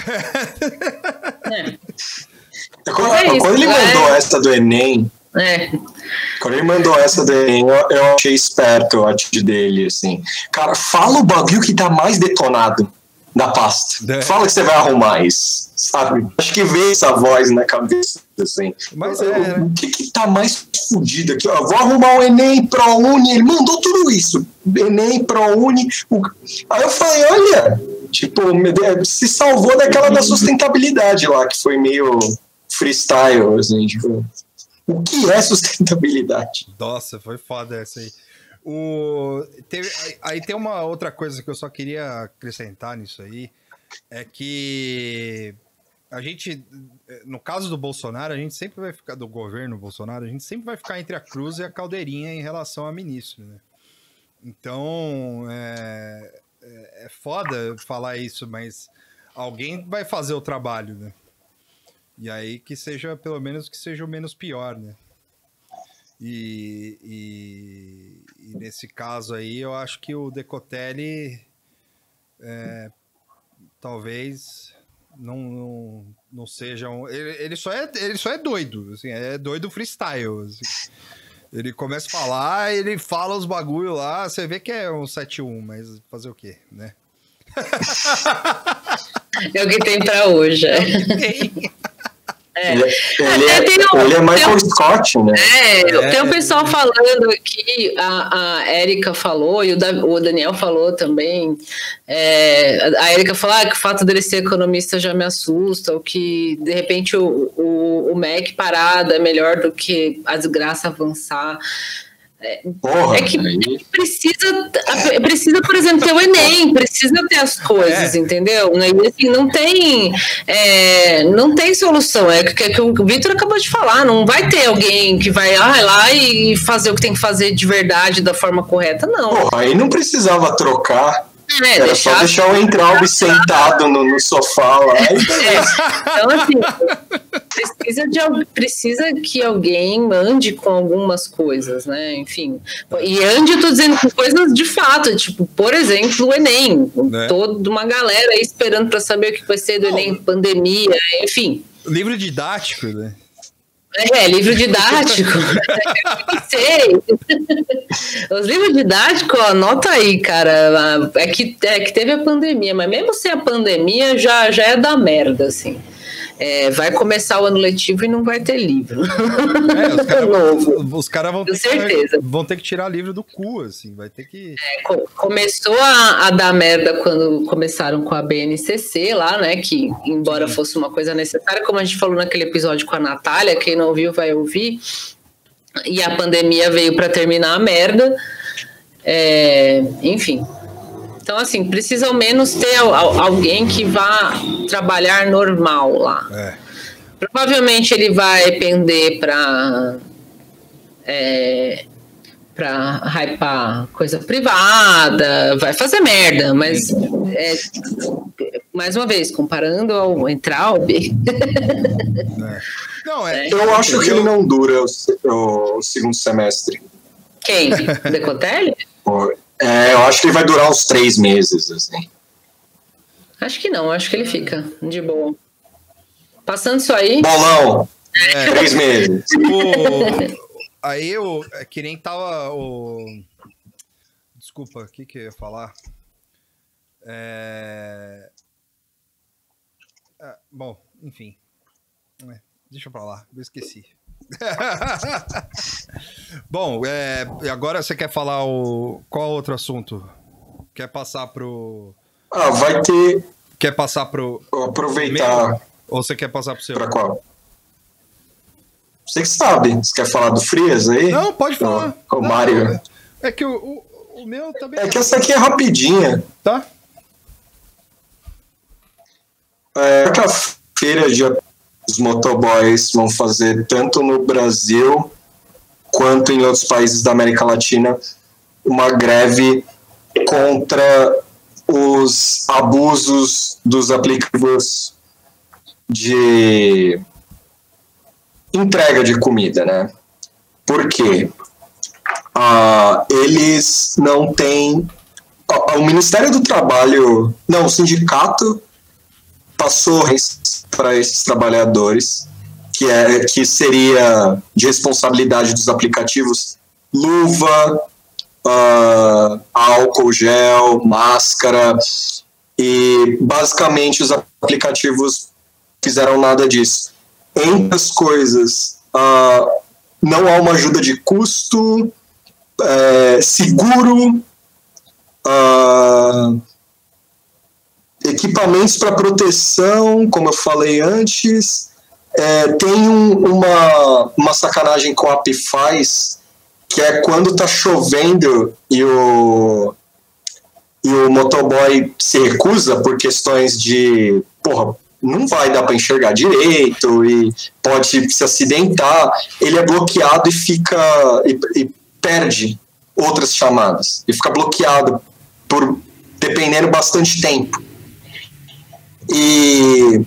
É. Quando, é isso, quando ele mandou é... essa do Enem, é. quando ele mandou essa do Enem, eu, eu achei esperto a atitude dele, assim. Cara, fala o bagulho que tá mais detonado da pasta. É. Fala que você vai arrumar isso, sabe? Acho que veio essa voz na cabeça, assim. Mas é, o, o que que tá mais fudido aqui? Ó, vou arrumar o Enem, ProUni, ele mandou tudo isso. Enem, ProUni. O... Aí eu falei, olha, tipo, se salvou daquela da sustentabilidade lá, que foi meio freestyle, assim, tipo... O que é sustentabilidade? Nossa, foi foda essa aí. O, teve, aí, aí tem uma outra coisa que eu só queria acrescentar nisso aí, é que a gente, no caso do Bolsonaro, a gente sempre vai ficar, do governo Bolsonaro, a gente sempre vai ficar entre a cruz e a caldeirinha em relação a ministro, né? Então, é, é, é foda falar isso, mas alguém vai fazer o trabalho, né? E aí que seja, pelo menos, que seja o menos pior, né? E, e, e nesse caso aí, eu acho que o Decotelli é, talvez não, não, não seja um... Ele, ele, só é, ele só é doido, assim, é doido freestyle. Assim. Ele começa a falar, ele fala os bagulho lá, você vê que é um sete um, mas fazer o quê, né? É o que tem pra hoje. É. É. Ele, ele, é, um, ele é Michael um, Scott, né? É, é, tem um pessoal falando aqui, a, a Érica falou, e o, da, o Daniel falou também. É, a Érica falou ah, que o fato dele ser economista já me assusta, ou que, de repente, o, o, o M E C parado é melhor do que a desgraça avançar. É, Porra, é, que, é que precisa, precisa, por exemplo, ter o Enem, precisa ter as coisas, é. entendeu? E assim, não tem, é, não tem solução. É que, que o Vitor acabou de falar, não vai ter alguém que vai ah, lá e fazer o que tem que fazer de verdade, da forma correta, não. Porra, aí não precisava trocar. É, Era deixar... só deixar o Entraub sentado no, no sofá lá. É. Então, assim, precisa, de, precisa que alguém ande com algumas coisas, né? Enfim. E ande, eu tô dizendo, com coisas de fato, tipo, por exemplo, o Enem. É. Toda uma galera aí esperando para saber o que vai ser do Enem, pandemia, enfim. Livro didático, né? É, livro didático. Sei. Os livros didáticos, anota aí, cara. É que, é que teve a pandemia, mas mesmo sem a pandemia já, já é da merda, assim. É, vai começar o ano letivo e não vai ter livro. É, os caras vão, cara vão, vão ter que tirar livro do cu, assim, vai ter que... É, co- começou a, a dar merda quando começaram com a B N C C lá, né, que embora Sim. fosse uma coisa necessária, como a gente falou naquele episódio com a Natália, quem não ouviu vai ouvir, e a pandemia veio para terminar a merda, é, enfim... Então, assim, precisa ao menos ter alguém que vá trabalhar normal lá. É. Provavelmente ele vai pender para é, para hypar coisa privada, vai fazer merda, mas, é, mais uma vez, comparando ao Entraub... É. Não, é, eu acho eu... que ele não dura o, o segundo semestre. Quem? Decotelli? Foi. É, eu acho que ele vai durar uns três meses, assim. Acho que não, acho que ele fica de boa. Passando isso aí... Bolão! É, três meses. O, aí eu... É que nem tava o... Desculpa, o que que eu ia falar? É... é bom, enfim. É, deixa pra lá, eu esqueci. Bom, é, agora você quer falar o qual outro assunto? Quer passar pro Ah, vai ter Quer passar pro aproveitar meu, ou você quer passar pro seu? Pra qual? Você que sabe. Você quer falar do Frias aí? Não, pode falar. O, o Mário. É, é que o, o, o meu também É que essa aqui é rapidinha. Tá? É aquela feira de os motoboys vão fazer tanto no Brasil quanto em outros países da América Latina uma greve contra os abusos dos aplicativos de entrega de comida, né? Por quê? Ah, eles não têm... O Ministério do Trabalho... Não, o sindicato passou para esses trabalhadores, que, é, que seria de responsabilidade dos aplicativos, luva, uh, álcool gel, máscara, e basicamente os aplicativos fizeram nada disso. Entre as coisas, uh, não há uma ajuda de custo, é, seguro, uh, equipamentos para proteção, como eu falei antes. É, tem um, uma, uma sacanagem com a Apifaz, que é quando tá chovendo e o, e o motoboy se recusa por questões de, porra, não vai dar para enxergar direito e pode se acidentar, ele é bloqueado e fica e, e perde outras chamadas, e fica bloqueado por dependendo bastante tempo. E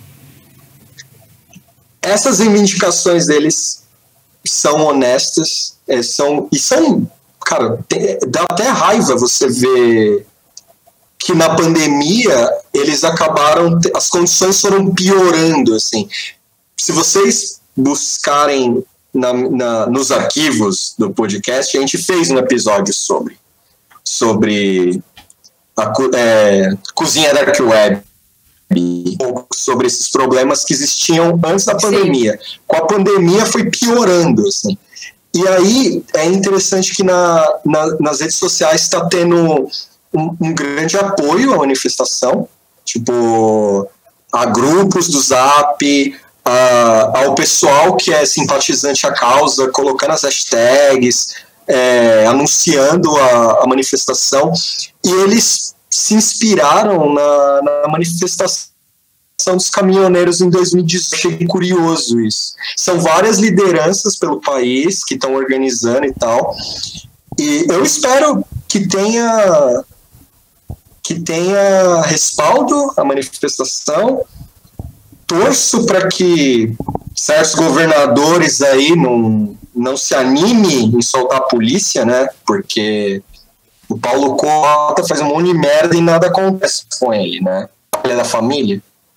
essas reivindicações deles são honestas, é, são, e são, cara, tem, dá até raiva você ver que na pandemia eles acabaram, as condições foram piorando, assim. Se vocês buscarem na, na, nos arquivos do podcast, a gente fez um episódio sobre, sobre a é, cozinha Dark Web, um pouco sobre esses problemas que existiam antes da pandemia. Sim. Com a pandemia foi piorando, assim. E aí é interessante que na, na, nas redes sociais está tendo um, um grande apoio à manifestação, tipo, a grupos do Zap, a, ao pessoal que é simpatizante à causa, colocando as hashtags, é, anunciando a, a manifestação, e eles se inspiraram na, na manifestação dos caminhoneiros em dois mil e dezoito. Achei curioso isso. São várias lideranças pelo país que estão organizando e tal, e eu espero que tenha que tenha respaldo a manifestação. Torço para que certos governadores aí não, não se animem em soltar a polícia, né? Porque o Paulo Cota faz um monte de merda e nada acontece com ele, né? Ele é da família.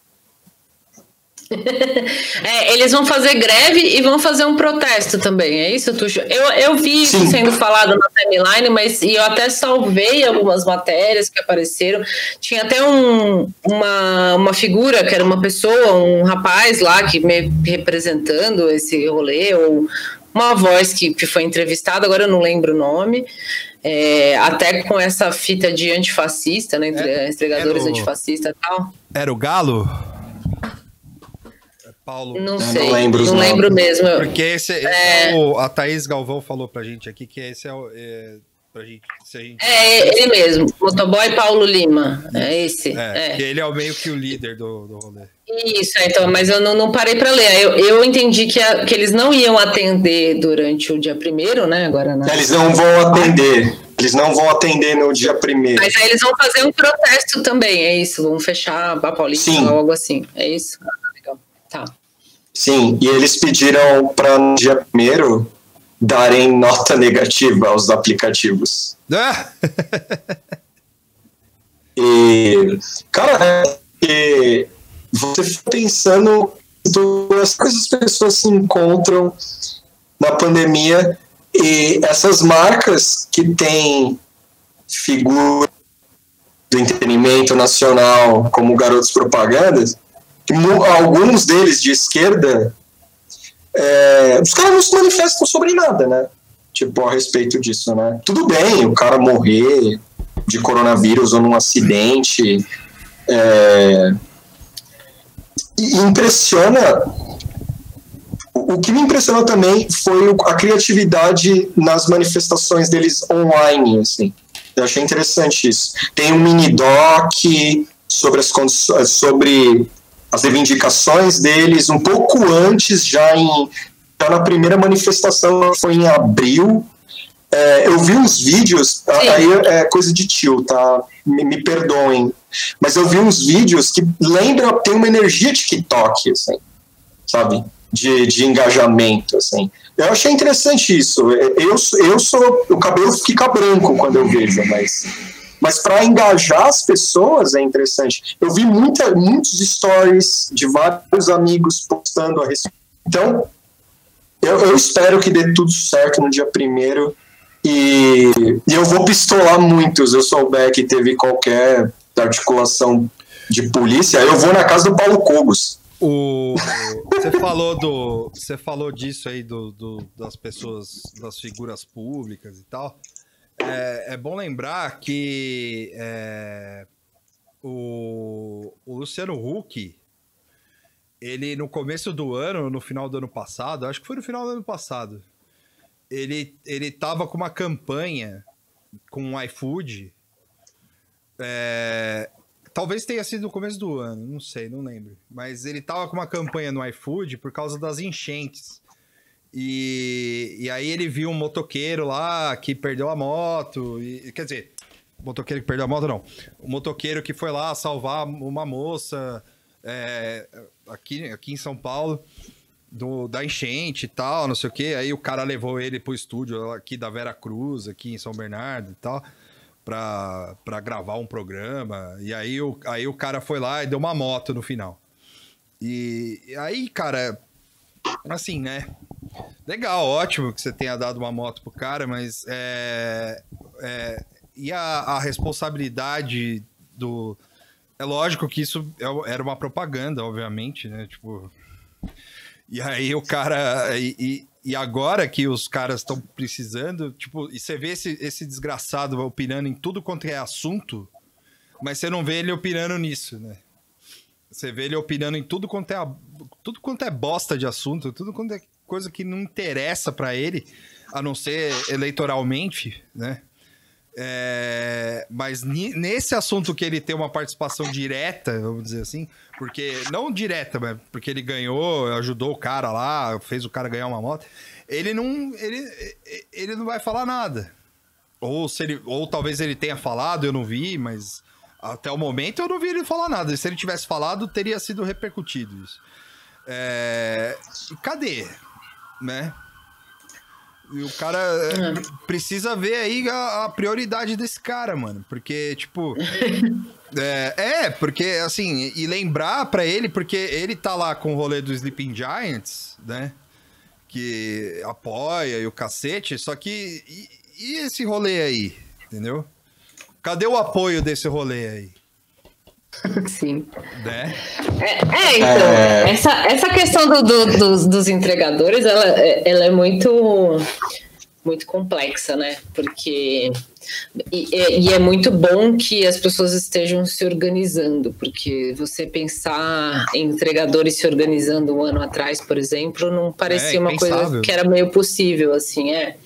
É, eles vão fazer greve e vão fazer um protesto também, é isso, Tuxo? Eu, eu vi isso Sim. sendo falado na timeline, mas e eu até salvei algumas matérias que apareceram. Tinha até um, uma, uma figura que era uma pessoa, um rapaz lá que me representando esse rolê, ou uma voz que, que foi entrevistada, agora eu não lembro o nome. É, até com essa fita de antifascista, né? Entre, entregadores o, antifascistas e tal. Era o Galo? Paulo. Não sei, não lembro, não lembro mesmo. Porque esse, esse é... é o, a Thaís Galvão falou pra gente aqui que esse é o. É, pra gente, se a gente... é ele mesmo, motoboy Paulo Lima. É esse. É, é. Ele é meio que o líder do, do rolê. Isso, então, mas eu não, não parei pra ler. Eu, eu entendi que, a, que eles não iam atender durante o dia primeiro, né? Agora na... Eles não vão atender. Eles não vão atender no dia primeiro. Mas aí eles vão fazer um protesto também, é isso? Vão fechar a Paulista ou algo assim. É isso? Tá. Sim, e eles pediram para no dia primeiro darem nota negativa aos aplicativos. Ah! E, cara, é, você fica pensando as coisas que as pessoas se encontram na pandemia, e essas marcas que têm figura do entretenimento nacional como garotos propagandas, alguns deles de esquerda, é, os caras não se manifestam sobre nada, né? Tipo, a respeito disso, né? Tudo bem o cara morrer de coronavírus ou num acidente. É, e impressiona. O que me impressionou também foi a criatividade nas manifestações deles online, assim. Eu achei interessante isso. Tem um mini-doc sobre as condições, sobre as reivindicações deles, um pouco antes, já, em, já na primeira manifestação, foi em abril. É, eu vi uns vídeos, Sim. aí é coisa de tio, tá? Me, me perdoem. Mas eu vi uns vídeos que lembram, tem uma energia TikTok, assim, sabe? De, de engajamento, assim. Eu achei interessante isso. Eu, eu sou... O cabelo fica branco quando eu vejo, mas... Mas para engajar as pessoas é interessante. Eu vi muita, muitos stories de vários amigos postando a respeito. Então, eu, eu espero que dê tudo certo no dia primeiro. E, e eu vou pistolar muitos. Eu souber que teve qualquer articulação de polícia, eu vou na casa do Paulo Cogos. O, você falou do, você falou disso aí do, do, das pessoas, das figuras públicas e tal. É, é bom lembrar que é, o, o Luciano Huck, ele no começo do ano, no final do ano passado, acho que foi no final do ano passado, ele, ele tava com uma campanha com o iFood, é, talvez tenha sido no começo do ano, não sei, não lembro, mas ele tava com uma campanha no iFood por causa das enchentes. E, e aí ele viu um motoqueiro lá que perdeu a moto, e, quer dizer, motoqueiro que perdeu a moto não, o motoqueiro que foi lá salvar uma moça é, aqui, aqui em São Paulo, do, da enchente e tal, não sei o que, aí o cara levou ele pro estúdio aqui da Vera Cruz, aqui em São Bernardo e tal, pra, pra gravar um programa, e aí o, aí o cara foi lá e deu uma moto no final. E, e aí, cara, assim, né... Legal, ótimo que você tenha dado uma moto pro cara, mas é, é, e a, a responsabilidade do... É lógico que isso era uma propaganda, obviamente, né? Tipo, e aí o cara... E, e, e agora que os caras estão precisando, tipo, e você vê esse, esse desgraçado opinando em tudo quanto é assunto, mas você não vê ele opinando nisso, né? Você vê ele opinando em tudo quanto é, tudo quanto é bosta de assunto, tudo quanto é coisa que não interessa pra ele, a não ser eleitoralmente, né? É, mas nesse assunto que ele tem uma participação direta, vamos dizer assim, porque não direta, mas porque ele ganhou, ajudou o cara lá, fez o cara ganhar uma moto, ele não, ele, ele não vai falar nada. Ou, se ele, ou talvez ele tenha falado, eu não vi, mas até o momento eu não vi ele falar nada. E se ele tivesse falado, teria sido repercutido isso. É, cadê? Né? E o cara é, precisa ver aí a, a prioridade desse cara, mano. Porque, tipo... é, é, porque, assim... E lembrar pra ele, porque ele tá lá com o rolê do Sleeping Giants, né? Que apoia e o cacete. Só que... E, e esse rolê aí? Entendeu? Cadê o apoio desse rolê aí? Sim. Né? É, é, então, é... Essa, essa questão do, do, dos, dos entregadores, ela, ela é muito, muito complexa, né? Porque... E, e é muito bom que as pessoas estejam se organizando, porque você pensar em entregadores se organizando um ano atrás, por exemplo, não parecia é, uma coisa que era meio possível, assim, é...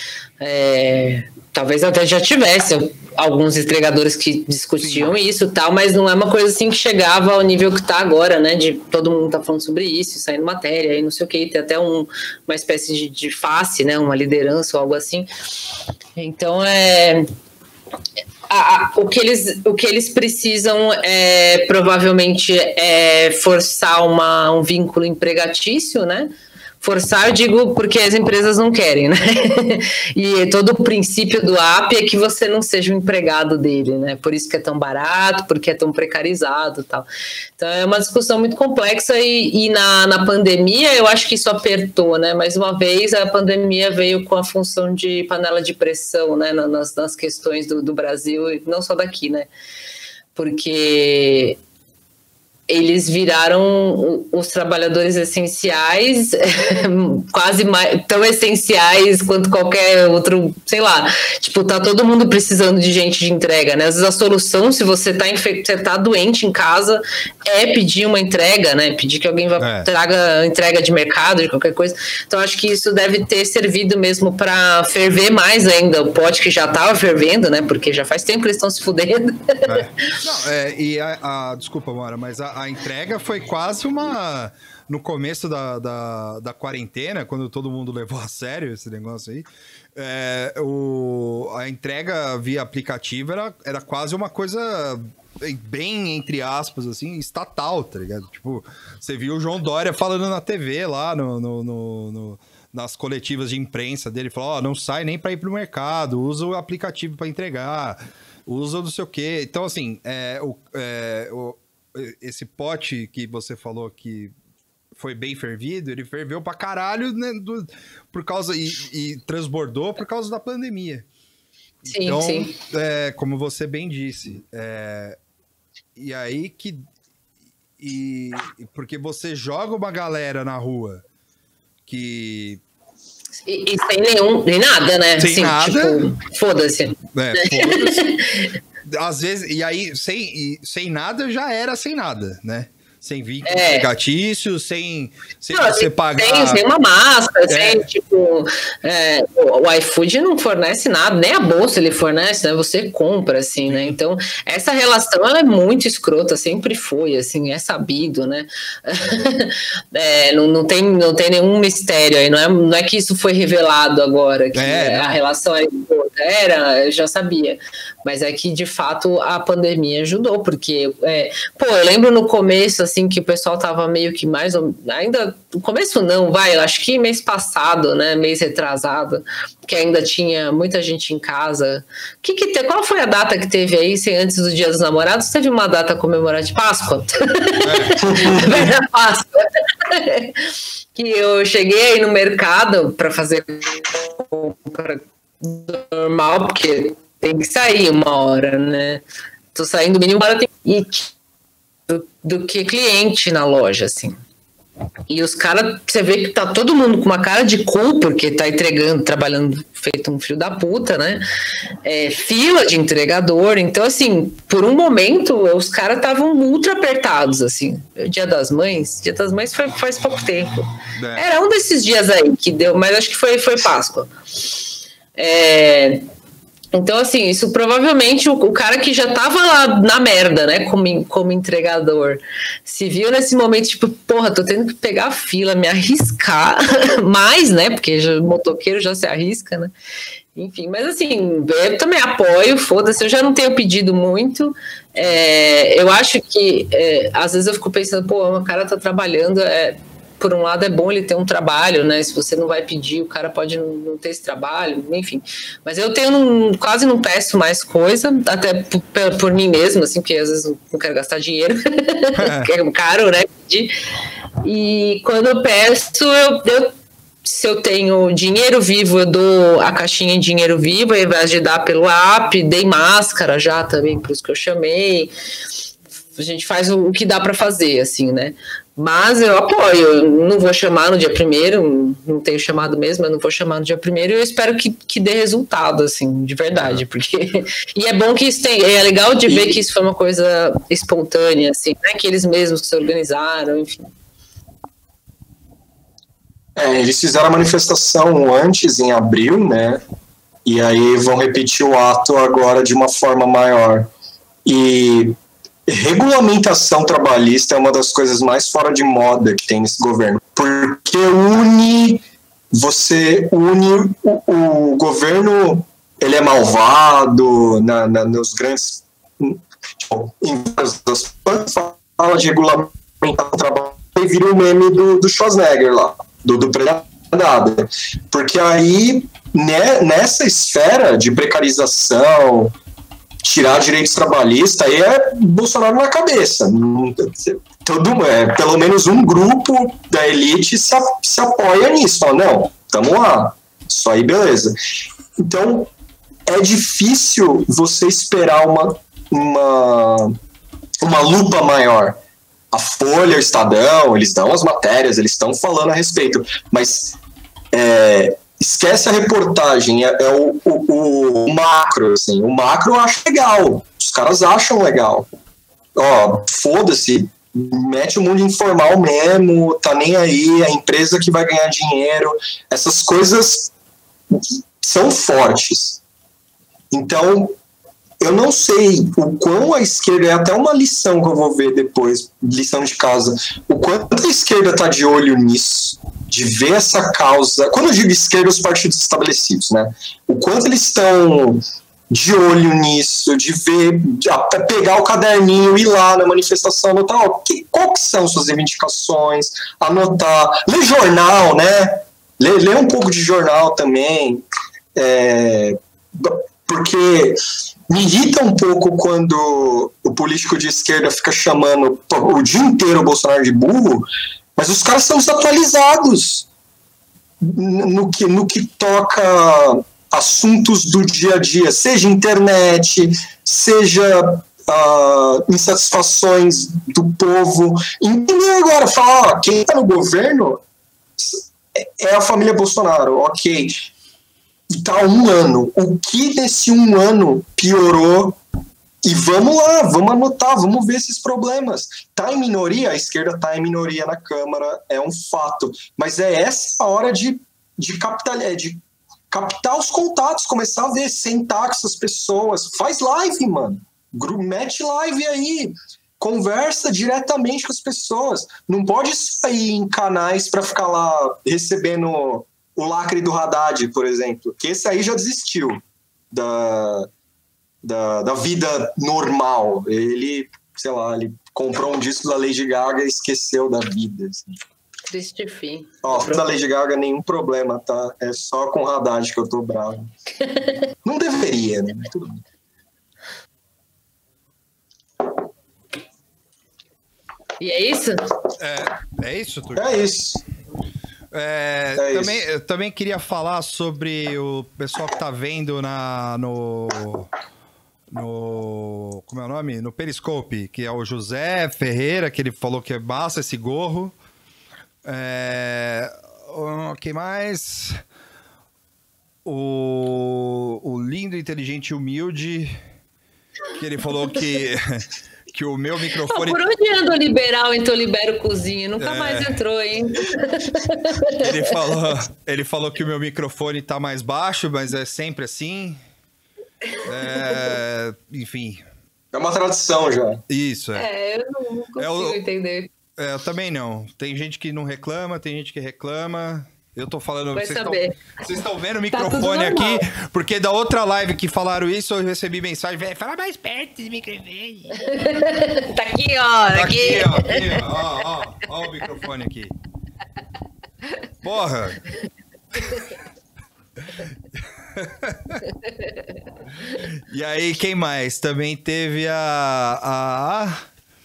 É, talvez até já tivesse alguns entregadores que discutiam Sim. isso e tal, mas não é uma coisa assim que chegava ao nível que está agora, né? De todo mundo tá falando sobre isso, saindo matéria e não sei o que, tem até um, uma espécie de, de face, né? Uma liderança ou algo assim. Então é. A, a, o, que eles, o que eles precisam é provavelmente é forçar uma, um vínculo empregatício, né? Forçar, eu digo, porque as empresas não querem, né? E todo o princípio do A P é que você não seja um empregado dele, né? Por isso que é tão barato, porque é tão precarizado e tal. Então é uma discussão muito complexa e, e na, na pandemia eu acho que isso apertou, né? Mais uma vez a pandemia veio com a função de panela de pressão, né? Nas, nas questões do, do Brasil e não só daqui, né? Porque... eles viraram os trabalhadores essenciais, quase mais, tão essenciais quanto qualquer outro, sei lá, tipo, tá todo mundo precisando de gente de entrega, né? Às vezes a solução, se você tá, infe- você tá doente em casa, é pedir uma entrega, né? Pedir que alguém vá, é. traga entrega de mercado, de qualquer coisa. Então, acho que isso deve ter servido mesmo para ferver mais ainda o pote que já tava fervendo, né? Porque já faz tempo que eles estão se fudendo. É. Não, é, e a, a, desculpa, Mora, mas a A entrega foi quase uma... No começo da, da, da quarentena, quando todo mundo levou a sério esse negócio aí, é, o, a entrega via aplicativo era, era quase uma coisa bem, entre aspas, assim, estatal, tá ligado? Tipo, você viu o João Dória falando na T V lá, no, no, no, no, nas coletivas de imprensa dele, falou, ó, oh, não sai nem pra ir pro mercado, usa o aplicativo pra entregar, usa não sei o quê. Então, assim, é, o, é, o, esse pote que você falou que foi bem fervido, ele ferveu pra caralho, né, do, por causa, e, e transbordou por causa da pandemia. Sim, então, sim. É, como você bem disse, é, e aí que... E, porque você joga uma galera na rua que... E, e sem nenhum, nem nada, né? Sem assim, nada. Tipo, foda-se. É, foda-se. Às vezes, e aí, sem, e, sem nada já era sem nada, né? Sem vínculo É. empregatício, sem, sem Não, você sem, pagar... sem uma máscara, É. sem, tipo... é, o iFood não fornece nada, nem a bolsa ele fornece, né? Você compra, assim, né? Então, essa relação, ela é muito escrota, sempre foi, assim, é sabido, né? é, não, não, tem, não tem nenhum mistério aí, não é, não é que isso foi revelado agora, que É, a não. relação era escrota. Era, eu já sabia. Mas é que, de fato, a pandemia ajudou, porque, é, pô, eu lembro no começo, assim, que o pessoal tava meio que mais, ou, ainda, no começo não, vai, eu acho que mês passado, né, mês retrasado, que ainda tinha muita gente em casa. Que que te, qual foi a data que teve aí, se antes do Dia dos Namorados, teve uma data comemorativa de Páscoa? É. Da Páscoa. Que eu cheguei aí no mercado para fazer compra normal, porque tem que sair uma hora, né? Tô saindo mínimo hora tem e do, do que cliente na loja, assim. E os caras, você vê que tá todo mundo com uma cara de cu, porque tá entregando, trabalhando feito um filho da puta, né? É, fila de entregador. Então, assim, por um momento, os caras estavam ultra apertados, assim. O Dia das Mães, Dia das Mães foi, faz pouco tempo. É. Era um desses dias aí que deu, mas acho que foi, foi Páscoa. É... Então, assim, isso provavelmente o, o cara que já tava lá na merda, né, como, como entregador, se viu nesse momento, tipo, porra, tô tendo que pegar a fila, me arriscar mais, né, porque já, o motoqueiro já se arrisca, né, enfim, mas assim, eu também apoio, foda-se, eu já não tenho pedido muito, é, eu acho que, é, às vezes eu fico pensando, pô, o cara tá trabalhando, é... Por um lado é bom ele ter um trabalho, né? Se você não vai pedir, o cara pode não ter esse trabalho, enfim. Mas eu tenho um, quase não peço mais coisa, até por, por mim mesmo, assim, porque às vezes não quero gastar dinheiro, que é caro, né? E quando eu peço, eu, eu, se eu tenho dinheiro vivo, eu dou a caixinha em dinheiro vivo, ao invés de dar pelo app, dei máscara já também, por isso que eu chamei. A gente faz o, o que dá para fazer, assim, né? Mas eu apoio, eu não vou chamar no dia primeiro, não tenho chamado mesmo, eu não vou chamar no dia primeiro e eu espero que, que dê resultado, assim, de verdade, porque... E é bom que isso tem, é legal de ver que isso foi uma coisa espontânea, assim, né, que eles mesmos se organizaram, enfim. É, eles fizeram a manifestação antes, em abril, né, e aí vão repetir o ato agora de uma forma maior. E... regulamentação trabalhista é uma das coisas mais fora de moda que tem nesse governo, porque une, você une o, o governo, ele é malvado na, na, nos grandes, tipo, em várias das fala de regulamentação trabalhista e vira o meme do, do Schwarzenegger lá, do, do predado, porque aí né, nessa esfera de precarização, tirar direitos trabalhistas, aí é Bolsonaro na cabeça. Todo, é, pelo menos um grupo da elite se, se apoia nisso. Fala, não, tamo lá. Isso aí, beleza. Então, é difícil você esperar uma, uma, uma lupa maior. A Folha, o Estadão, eles dão as matérias, eles estão falando a respeito. Mas... É, esquece a reportagem, é, é o, o, o macro, assim. O macro eu acho legal, os caras acham legal. Ó, foda-se, mete o mundo informal mesmo, tá nem aí, a empresa que vai ganhar dinheiro, essas coisas são fortes. Então, eu não sei o quão a esquerda, é até uma lição que eu vou ver depois, lição de casa, o quanto a esquerda tá de olho nisso, de ver essa causa, quando eu digo esquerda, os partidos estabelecidos, né, o quanto eles estão de olho nisso, de ver, de pegar o caderninho, ir lá na manifestação, anotar ó, que, qual que são suas reivindicações, anotar, ler jornal, né? Ler, ler um pouco de jornal também, é, porque me irrita um pouco quando o político de esquerda fica chamando o dia inteiro o Bolsonaro de burro, mas os caras são desatualizados no que, no que toca assuntos do dia a dia, seja internet, seja uh, insatisfações do povo. Entendeu agora? Falar, ó, quem está no governo é a família Bolsonaro, ok. Está um ano. O que nesse um ano piorou? E vamos lá, vamos anotar, vamos ver esses problemas. Está em minoria? A esquerda está em minoria na Câmara, é um fato. Mas é essa a hora de, de, capital, de captar os contatos, começar a ver, sentar com essas pessoas. Faz live, mano. Mete live aí. Conversa diretamente com as pessoas. Não pode sair em canais para ficar lá recebendo o lacre do Haddad, por exemplo. Que esse aí já desistiu da... Da, da vida normal. Ele, sei lá, ele comprou um disco da Lady Gaga e esqueceu da vida. Assim. Triste fim. Ó, da Lady Gaga, nenhum problema, tá? É só com o Haddad que eu tô bravo. Não deveria, né? Tudo bem. E é isso? É, é isso, Turco? É isso. É, é também, isso. Eu também queria falar sobre o pessoal que tá vendo na, no... no como é o nome? No Periscope, que é o José Ferreira, que ele falou que é massa esse gorro. É, o que mais? O, o lindo, inteligente e humilde, que ele falou que, que o meu microfone... Oh, por onde anda o liberal, então libero cozinha? Nunca é... mais entrou, hein? Ele falou, ele falou que o meu microfone tá mais baixo, mas é sempre assim. É, enfim. É uma tradição já. Isso, é. É, eu não, não consigo é o, entender. É, eu também não. Tem gente que não reclama, tem gente que reclama. Eu tô falando... Vai vocês saber. Estão, vocês estão vendo o Tá microfone aqui, porque da outra live que falaram isso, eu recebi mensagem, velho, fala mais perto desse microfone. Tá aqui, ó. Tá aqui, aqui, ó. Aqui, ó, ó, ó o microfone aqui. Porra! E aí, quem mais? Também teve a, a,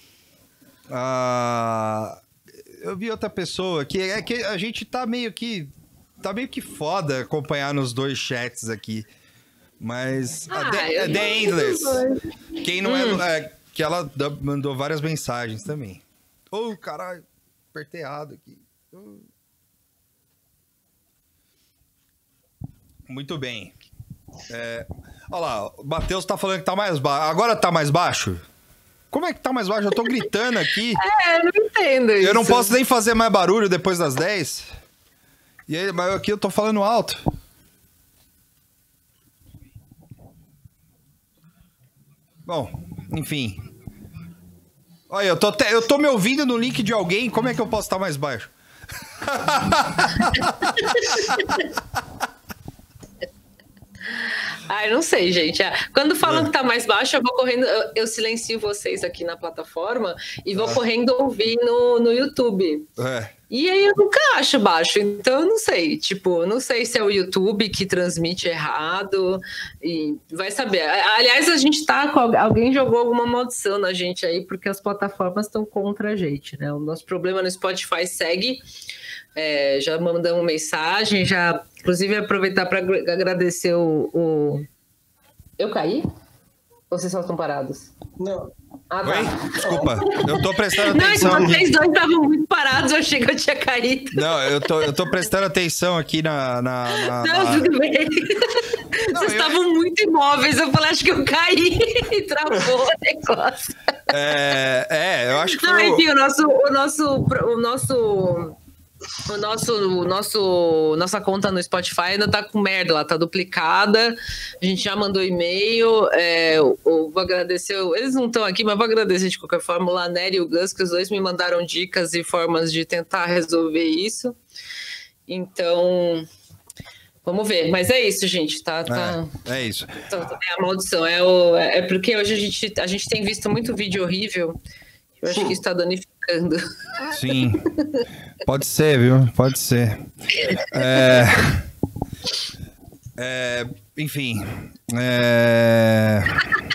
a... Eu vi outra pessoa que é que a gente tá meio que... Tá meio que foda acompanhar nos dois chats aqui. Mas... Ah, a The, a The Endless. Quem não hum. é, é... Que ela mandou várias mensagens também. Ô, oh, caralho. Apertei errado aqui. Oh. Muito bem. É, olha lá, o Matheus tá falando que tá mais baixo. Agora tá mais baixo? Como é que tá mais baixo? Eu tô gritando aqui. É, eu não entendo isso. Eu não posso nem fazer mais barulho depois das dez. E aí, mas aqui eu tô falando alto. Bom, enfim. Olha, eu tô, te, eu tô me ouvindo no link de alguém. Como é que eu posso estar mais baixo? Ai, não sei, gente. Quando falam é. que tá mais baixo, eu vou correndo, eu, eu silencio vocês aqui na plataforma e vou é. correndo ouvir no, no YouTube. É. E aí eu nunca acho baixo, então eu não sei. Tipo, não sei se é o YouTube que transmite errado e vai saber. Aliás, a gente tá com... Alguém jogou alguma maldição na gente aí, porque as plataformas estão contra a gente, né? O nosso problema no Spotify segue. É, já mandamos mensagem, já... Inclusive, aproveitar para agradecer o, o... Eu caí? Ou vocês só estão parados? Não. Ah, tá. Oi? Desculpa, eu tô prestando não, atenção. Não, vocês aqui. dois estavam muito parados, eu achei que eu tinha caído. Não, eu tô, eu tô prestando atenção aqui na... na, na não, na... tudo bem. Não, vocês eu... estavam muito imóveis, eu falei, acho que eu caí e travou o negócio. É, é, eu acho que não, foi... Enfim, o nosso... O nosso, o nosso... O nosso, o nosso, nossa conta no Spotify ainda tá com merda, ela tá duplicada. A gente já mandou e-mail. É, eu, eu vou agradecer. Eles não estão aqui, mas vou agradecer de qualquer forma o Lanério e o Gus, que os dois me mandaram dicas e formas de tentar resolver isso. Então, Vamos ver, mas é isso, gente, tá? tá é, é isso. Tá, é a maldição, é, o, é porque hoje a gente, a gente tem visto muito vídeo horrível, eu acho que isso tá danificando. Sim, pode ser, viu? Pode ser. É, é, enfim, é...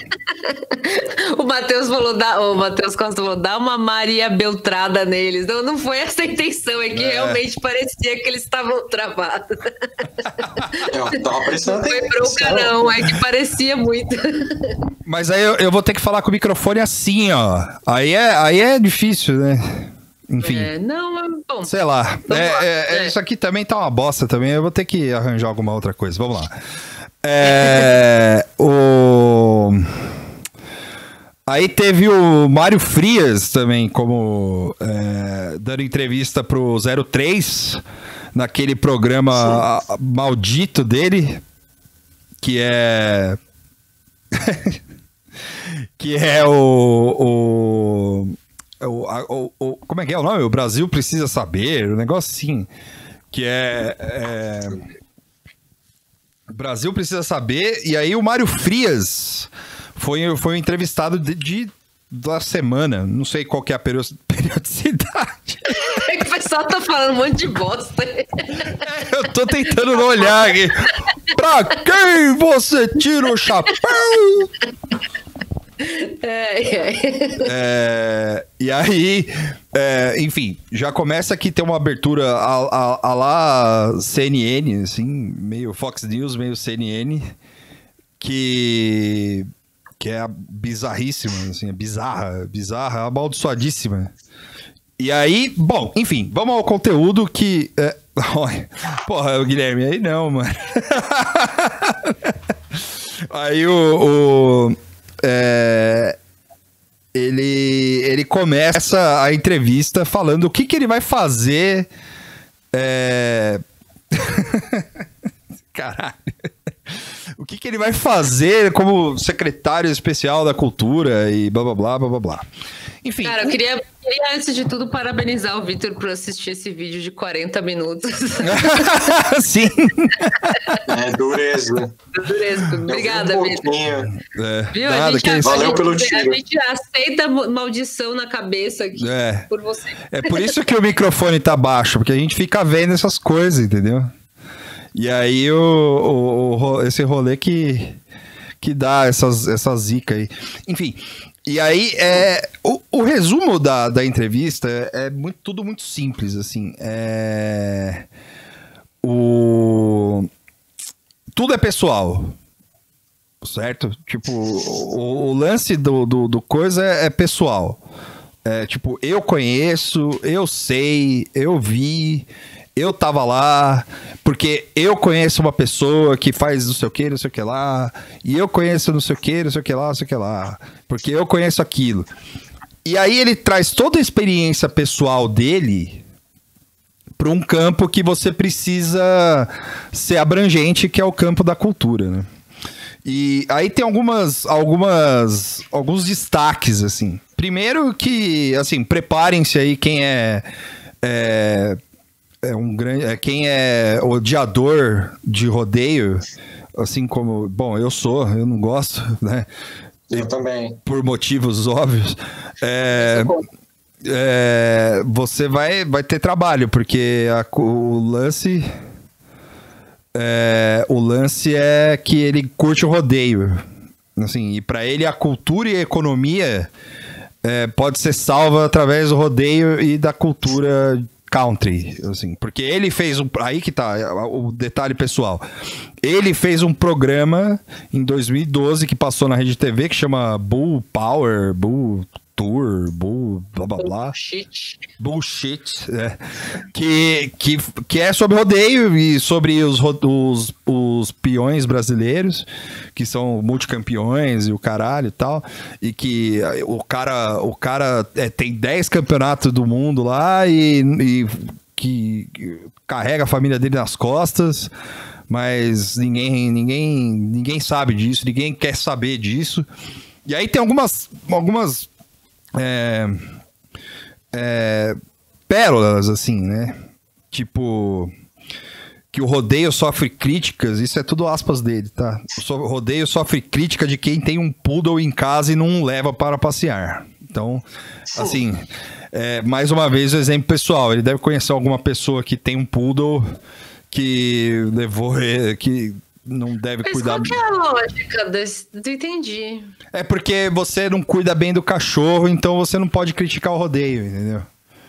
O Matheus falou, dá, o Matheus Costa falou, dá uma Maria Beltrada neles. Não, não foi essa a intenção, é que é. realmente parecia que eles estavam travados. Eu tava prestando não foi bronca, não, é que parecia muito. Mas aí eu, eu vou ter que falar com o microfone assim, ó. Aí é, aí é difícil, né? Enfim. É, não, bom. Sei lá. É, lá. É, é. Isso aqui também tá uma bosta também. Eu vou ter que arranjar alguma outra coisa. Vamos lá. É, o... Aí teve o Mário Frias também, como é, dando entrevista pro zero três, naquele programa Sim. maldito dele, que é... que é o... o, o, o... Como é que é o nome? O Brasil Precisa Saber, um negócio assim, que é... é... O Brasil Precisa Saber, e aí o Mário Frias... Foi, foi um entrevistado de, de, da semana. Não sei qual que é a periodicidade. É que o pessoal tá falando um monte de bosta. Eu tô tentando não olhar aqui. Pra quem você tira o chapéu? É, é. É, e aí, é, enfim, já começa aqui ter uma abertura a, a, a lá C N N, assim, meio Fox News, meio C N N, que... que é bizarríssima, assim, é bizarra, bizarra, amaldiçoadíssima. E aí, bom, enfim, vamos ao conteúdo que... É... Porra, o Guilherme, aí não, mano. Aí o... o é... ele, ele começa a entrevista falando o que, que ele vai fazer... É... Caralho... O que, que ele vai fazer como secretário especial da cultura e blá blá blá blá blá blá. Enfim. Cara, eu queria, queria antes de tudo parabenizar o Vitor por assistir esse vídeo de quarenta minutos. Sim. É dureza. Dureza. Obrigada, um Vitor. É, Viu? nada, a gente, que a, isso. Valeu a pelo gente, tiro. A gente aceita maldição na cabeça aqui É. por você. É por isso que o microfone tá baixo, porque a gente fica vendo essas coisas, entendeu? E aí o, o, o, esse rolê que, que dá essas, essas zica aí. Enfim, e aí é, o, o resumo da, da entrevista é, é muito, tudo muito simples, assim. É, o, tudo é pessoal, certo? Tipo, o, o lance do, do, do coisa é, é pessoal. É, tipo, eu conheço, eu sei, eu vi... Eu tava lá, porque eu conheço uma pessoa que faz não sei o que, não sei o que lá, e eu conheço não sei o que, não sei o que lá, não sei o que lá, porque eu conheço aquilo. E aí ele traz toda a experiência pessoal dele para um campo que você precisa ser abrangente, que é o campo da cultura, né? E aí tem algumas, algumas, alguns destaques, assim. Primeiro que, assim, preparem-se aí quem é... é É um grande, é, quem é odiador de rodeio, assim como... Bom, eu sou, eu não gosto, né? Eu também. Por motivos óbvios. É, é, você vai, vai ter trabalho, porque a, o lance... É, o lance é que ele curte o rodeio. Assim, e para ele a cultura e a economia é, pode ser salva através do rodeio e da cultura country, assim, porque ele fez um... Aí que tá o detalhe pessoal. Ele fez um programa em dois mil e doze que passou na Rede T V que chama Bull Power, Bull Tour, Bull blá blá blá. Bullshit. Bullshit, é. Que, que, que é sobre rodeio e sobre os, os, os peões brasileiros, que são multicampeões e o caralho e tal, e que o cara, o cara é, tem dez campeonatos do mundo lá e, e que, que carrega a família dele nas costas, mas ninguém, ninguém, ninguém sabe disso, ninguém quer saber disso. E aí tem algumas... algumas É, é, pérolas, assim, né? Tipo, que o rodeio sofre críticas, isso é tudo aspas dele, tá? O rodeio sofre crítica de quem tem um poodle em casa e não leva para passear. Então, assim, é, mais uma vez o exemplo pessoal, ele deve conhecer alguma pessoa que tem um poodle que levou, que não deve Mas cuidar... Mas qual que é a lógica desse? Não entendi. É porque você não cuida bem do cachorro, então você não pode criticar o rodeio, entendeu?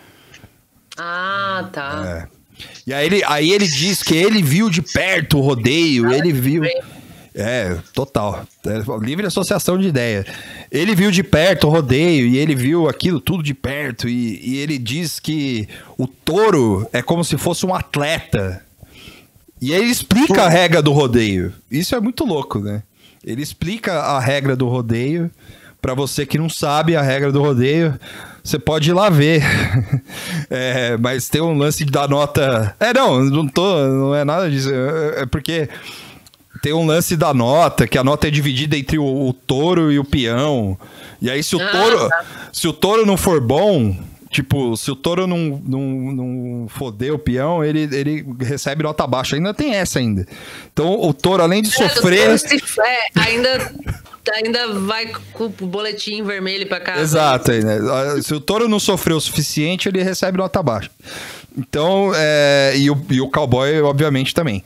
Ah, tá. É. E aí ele, aí ele diz que ele viu de perto o rodeio, ah, ele viu... É, total. É, livre associação de ideia. Ele viu de perto o rodeio e ele viu aquilo tudo de perto e, e ele diz que o touro é como se fosse um atleta. E ele explica a regra do rodeio. Isso é muito louco, né? Ele explica a regra do rodeio. Pra você que não sabe a regra do rodeio, você pode ir lá ver. É, mas tem um lance da nota... É, não, não, tô, não é nada disso. É porque tem um lance da nota, que a nota é dividida entre o, o touro e o peão. E aí se o touro, ah, tá. se o touro não for bom... Tipo, se o touro não, não, não foder o peão, ele, ele recebe nota baixa. Ainda tem essa ainda. Então, o touro, além de é, sofrer... Se, é, ainda, ainda vai com o boletim vermelho pra casa. Exato. Né? Se o touro não sofreu o suficiente, ele recebe nota baixa. Então, é, e, o, e o cowboy, obviamente, também.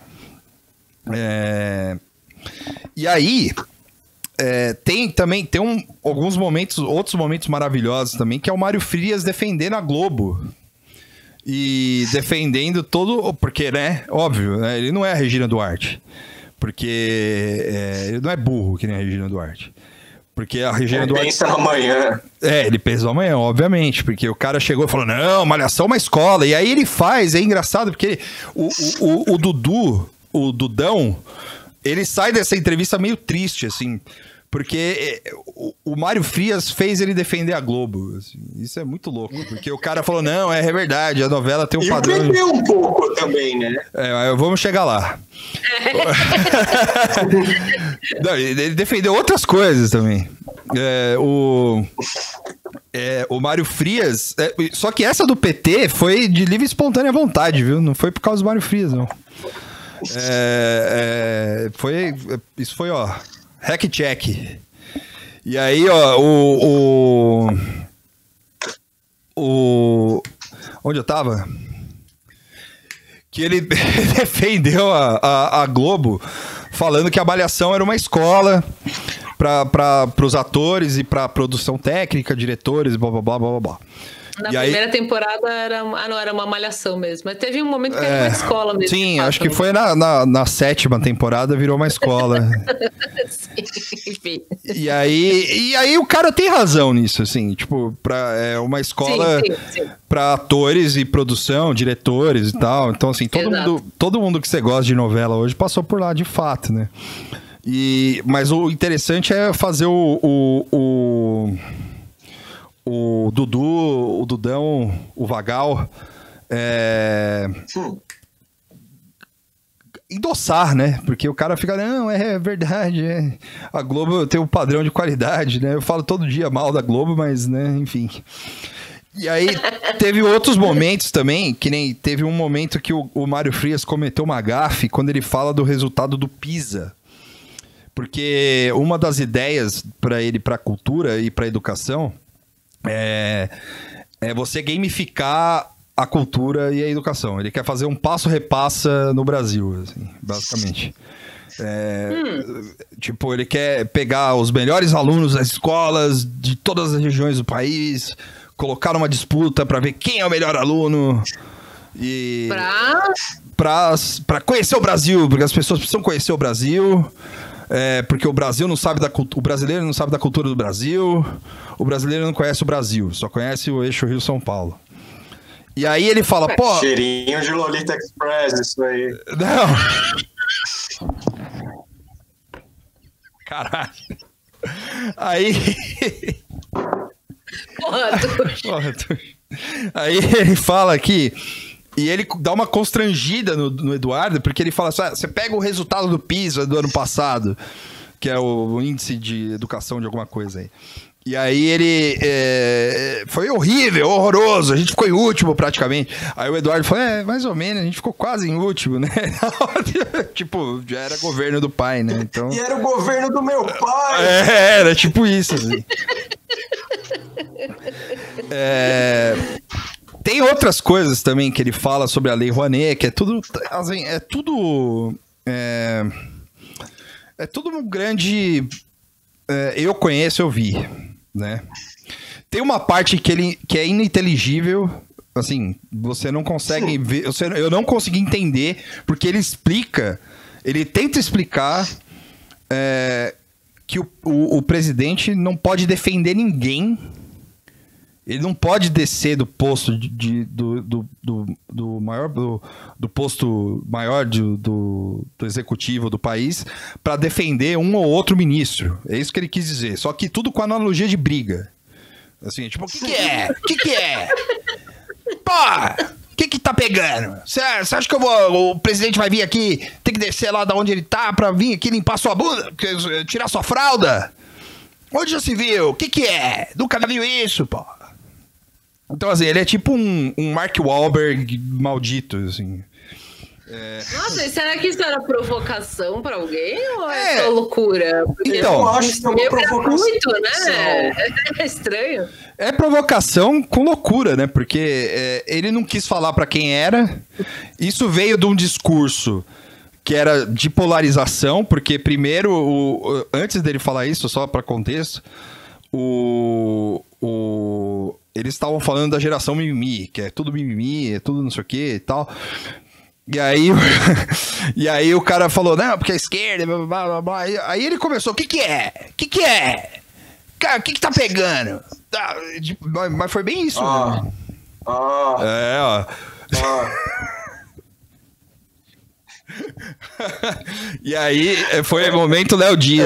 É, e aí... É, tem também tem um, alguns momentos, outros momentos maravilhosos também, que é o Mário Frias defendendo a Globo. E defendendo todo... Porque, né? Óbvio, né, ele não é a Regina Duarte. Porque é, ele não é burro que nem a Regina Duarte. Porque a Regina ele Duarte... pensa no amanhã. É, ele pensa no amanhã, obviamente. Porque o cara chegou e falou, não, Malhação é uma escola. E aí ele faz, é engraçado, porque o, o, o, o Dudu, o Dudão... Ele sai dessa entrevista meio triste, assim, porque o, o Mário Frias fez ele defender a Globo. Assim, isso é muito louco, porque o cara falou, não, é verdade, a novela tem um e padrão... E perdeu um pouco também, né? É, vamos chegar lá. Não, ele defendeu outras coisas também. É, o... É, o Mário Frias... É, só que essa do P T foi de livre e espontânea vontade, viu? Não foi por causa do Mário Frias, não. É, é, foi, isso foi, ó, hack check. E aí, ó, o, o, o onde eu tava? Que ele defendeu a, a, a Globo falando que a Malhação era uma escola para os atores e para produção técnica, diretores, blá, blá, blá, blá, blá. Na e primeira aí... temporada era, ah, não, era uma malhação mesmo. Mas teve um momento que era é, uma escola mesmo. Sim, acho que foi na, na, na sétima temporada, virou uma escola. Sim, enfim. E aí, e aí o cara tem razão nisso, assim, tipo, pra, é uma escola sim, sim, sim. para atores e produção, diretores e tal. Então, assim, todo mundo, todo mundo que você gosta de novela hoje passou por lá, de fato, né? E, mas o interessante é fazer o... o, o O Dudu, o Dudão, o Vagal, é... endossar, né? Porque o cara fica, não, é verdade, é... a Globo tem um padrão de qualidade, né? Eu falo todo dia mal da Globo, mas, né, enfim. E aí teve outros momentos também, que nem teve um momento que o, o Mário Frias cometeu uma gafe quando ele fala do resultado do PISA. Porque uma das ideias para ele, para a cultura e para a educação... É, é você gamificar a cultura e a educação. Ele quer fazer um passo-repassa no Brasil, assim, basicamente. É, hum. Tipo, ele quer pegar os melhores alunos das escolas de todas as regiões do país, colocar numa disputa para ver quem é o melhor aluno e pra... Pra, pra conhecer o Brasil, porque as pessoas precisam conhecer o Brasil. É, porque o Brasil não sabe da cultura, o brasileiro não sabe da cultura do Brasil, o brasileiro não conhece o Brasil, só conhece o eixo Rio-São Paulo. E aí ele fala, pô... Cheirinho de Lolita Express, isso aí. Não. Caralho. Aí... Porra, Tuxo. Porra, Tuxo. Aí ele fala que... E ele dá uma constrangida no, no Eduardo, porque ele fala assim, ah, você pega o resultado do PISA do ano passado, que é o índice de educação de alguma coisa aí. E aí ele... É, foi horrível, horroroso. A gente ficou em último praticamente. Aí o Eduardo falou, é, mais ou menos, a gente ficou quase em último, né? Tipo, já era governo do pai, né? Então... E era o governo do meu pai! É, era tipo isso, assim. É... Tem outras coisas também que ele fala sobre a Lei Rouanet, que é tudo... Assim, é tudo... É, é tudo um grande... É, eu conheço, eu vi, né? Tem uma parte que, ele, que é ininteligível, assim, você não consegue ver, você, eu não consegui entender, porque ele explica, ele tenta explicar é, que o, o, o presidente não pode defender ninguém, ele não pode descer do posto de, de, do, do, do, do maior do, do posto maior de, do, do executivo do país para defender um ou outro ministro. É isso que ele quis dizer. Só que tudo com analogia de briga. Assim, tipo, o que, que é? O que, que é? Pô! O que que tá pegando? Você acha que eu vou, o presidente vai vir aqui, tem que descer lá de onde ele tá pra vir aqui limpar sua bunda, tirar sua fralda? Onde já se viu? O que que é? Nunca viu isso, pô. Então, assim, ele é tipo um, um Mark Wahlberg maldito, assim. É... Nossa, será que isso era provocação pra alguém ou é, é só loucura? Porque então, eu acho que é uma provocação. Muito, né? É estranho. É provocação com loucura, né? Porque é, ele não quis falar pra quem era. Isso veio de um discurso que era de polarização, porque primeiro, o, antes dele falar isso, só pra contexto, o... o eles estavam falando da geração mimimi, que é tudo mimimi, é tudo não sei o que e tal. E aí, e aí o cara falou, não, porque a esquerda, blá, blá, blá, blá. Aí ele começou, o que que é? O que que é? Cara, o que que tá pegando? Ah, mas foi bem isso. Ah, né? ah, é, ó. Ah. E aí, foi o momento Léo Dias.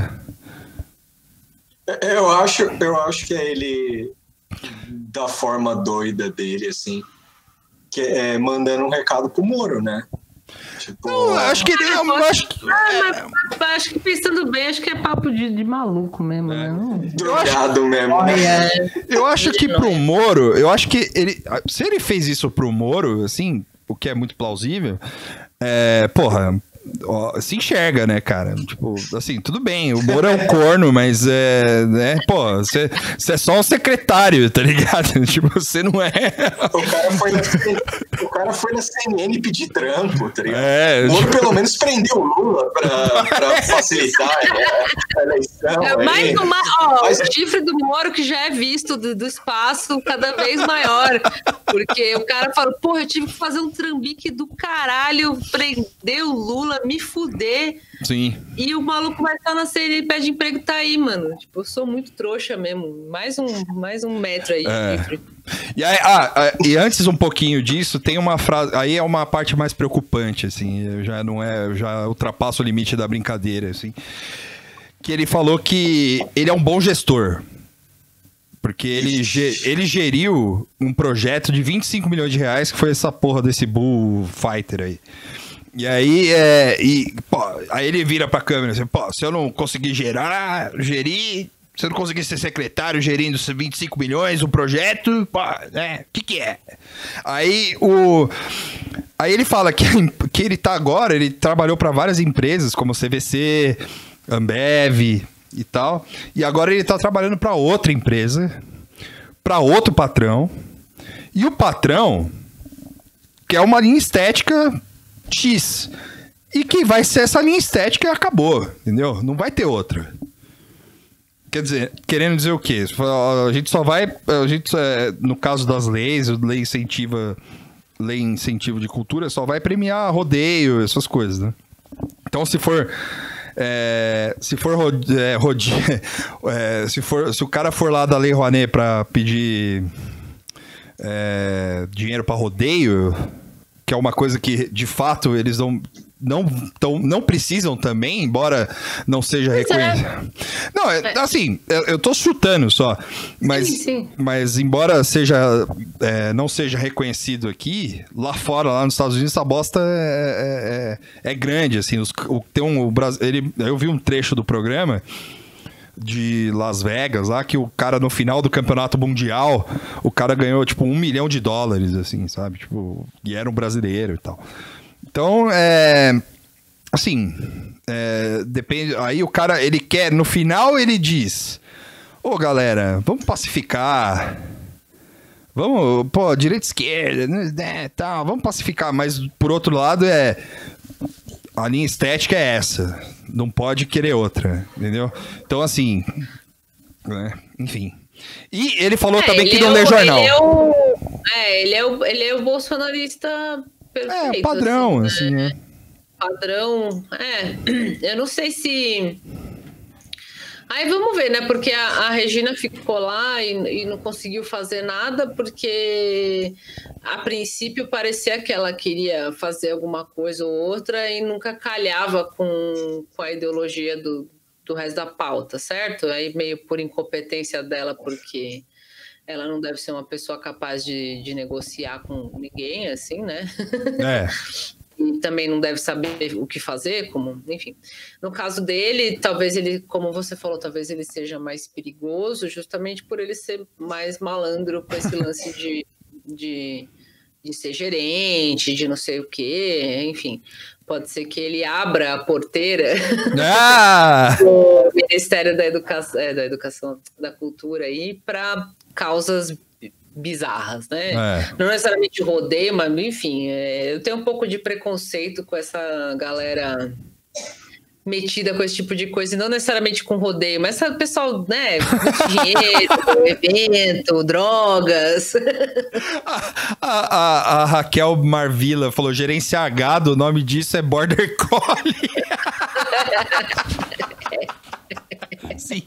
Eu, eu, acho, eu acho que é ele... da forma doida dele, assim, que é mandando um recado pro Moro, né? Tipo... Não, acho que... Ah, eu acho que, ah, mas, mas acho que pensando bem, acho que é papo de, de maluco mesmo, é. né? Drogado mesmo, né? Eu acho que pro Moro, eu acho que ele... Se ele fez isso pro Moro, assim, o que é muito plausível, é, porra... Ó, se enxerga, né, cara? Tipo, assim, tudo bem, o Moro é um corno, mas é, né, pô, você é só um secretário, tá ligado? Tipo, você não é... O cara foi na, o cara foi na C N N pedir trampo, tá ligado? É, o Moro tipo... pelo menos prendeu o Lula pra, pra facilitar a eleição. É mais aí. uma, ó, mas... o chifre do Moro que já é visto do, do espaço cada vez maior, porque o cara fala, porra, eu tive que fazer um trambique do caralho, prender o Lula, me fuder. Sim. E o maluco vai estar na C N N e pede emprego, tá aí, mano. Tipo, eu sou muito trouxa mesmo. Mais um, mais um metro aí. É. E, aí, ah, e antes um pouquinho disso, tem uma frase... Aí é uma parte mais preocupante, assim. Já não é... Já ultrapassa o limite da brincadeira, assim. Que ele falou que ele é um bom gestor. Porque ele, ele geriu um projeto de vinte e cinco milhões de reais, que foi essa porra desse Bull Fighter aí. E aí, é, e, pô, aí ele vira pra câmera assim, pô, se eu não conseguir gerar, gerir, se eu não conseguir ser secretário gerindo vinte e cinco milhões, o projeto, pô, né, o que que é? Aí, o, aí ele fala que, que ele tá agora, ele trabalhou pra várias empresas, como C V C, Ambev e tal, e agora ele tá trabalhando pra outra empresa, pra outro patrão, e o patrão quer uma linha estética X. E que vai ser essa linha estética e acabou, entendeu? Não vai ter outra. Quer dizer, querendo dizer o quê? A gente só vai... A gente, no caso das leis, lei incentiva... Lei incentivo de cultura, só vai premiar rodeio, essas coisas, né? Então, se for... É, se for rode, é, rode, é, se for se o cara for lá da Lei Rouanet pra pedir é, dinheiro pra rodeio... que é uma coisa que, de fato, eles não... não, tão, não precisam também, embora não seja reconhecido. Não, é, assim, eu, eu tô chutando só, mas, sim, sim. mas embora seja, é, não seja reconhecido aqui, lá fora, lá nos Estados Unidos, essa bosta é, é, é grande, assim, os, o, tem um, o, ele, eu vi um trecho do programa de Las Vegas, lá que o cara no final do campeonato mundial, o cara ganhou tipo um milhão de dólares, assim, sabe? Tipo, e era um brasileiro e tal. Então, é... assim, é, depende... Aí o cara, ele quer... No final ele diz... Ô, galera, vamos pacificar... Vamos... Pô, direita e esquerda, né, tal, vamos pacificar. Mas, por outro lado, é... A linha estética é essa. Não pode querer outra, entendeu? Então, assim... Né? Enfim... E ele falou é, também ele que não é lê jornal. Ele é, o, é, ele, é o, ele é o bolsonarista... Perfeito, é, padrão, assim, assim, né? né? Padrão, é. Eu não sei se... Aí vamos ver, né? Porque a, a Regina ficou lá e, e não conseguiu fazer nada, porque a princípio parecia que ela queria fazer alguma coisa ou outra e nunca calhava com, com a ideologia do, do resto da pauta, certo? Aí meio por incompetência dela, porque... Ela não deve ser uma pessoa capaz de, de negociar com ninguém, assim, né? É. E também não deve saber o que fazer, como, enfim. No caso dele, talvez ele, como você falou, talvez ele seja mais perigoso, justamente por ele ser mais malandro com esse lance de, de, de ser gerente, de não sei o quê, enfim. Pode ser que ele abra a porteira ah! do Ministério da Educação, é, da Educação, da Cultura aí, para causas bizarras, né? É. Não necessariamente rodeio, mas enfim, é, eu tenho um pouco de preconceito com essa galera metida com esse tipo de coisa, e não necessariamente com rodeio, mas esse pessoal, né, dinheiro, evento, drogas. A, a, a, a Raquel Marvila falou, gerência gado, o nome disso é Border Collie. Sim.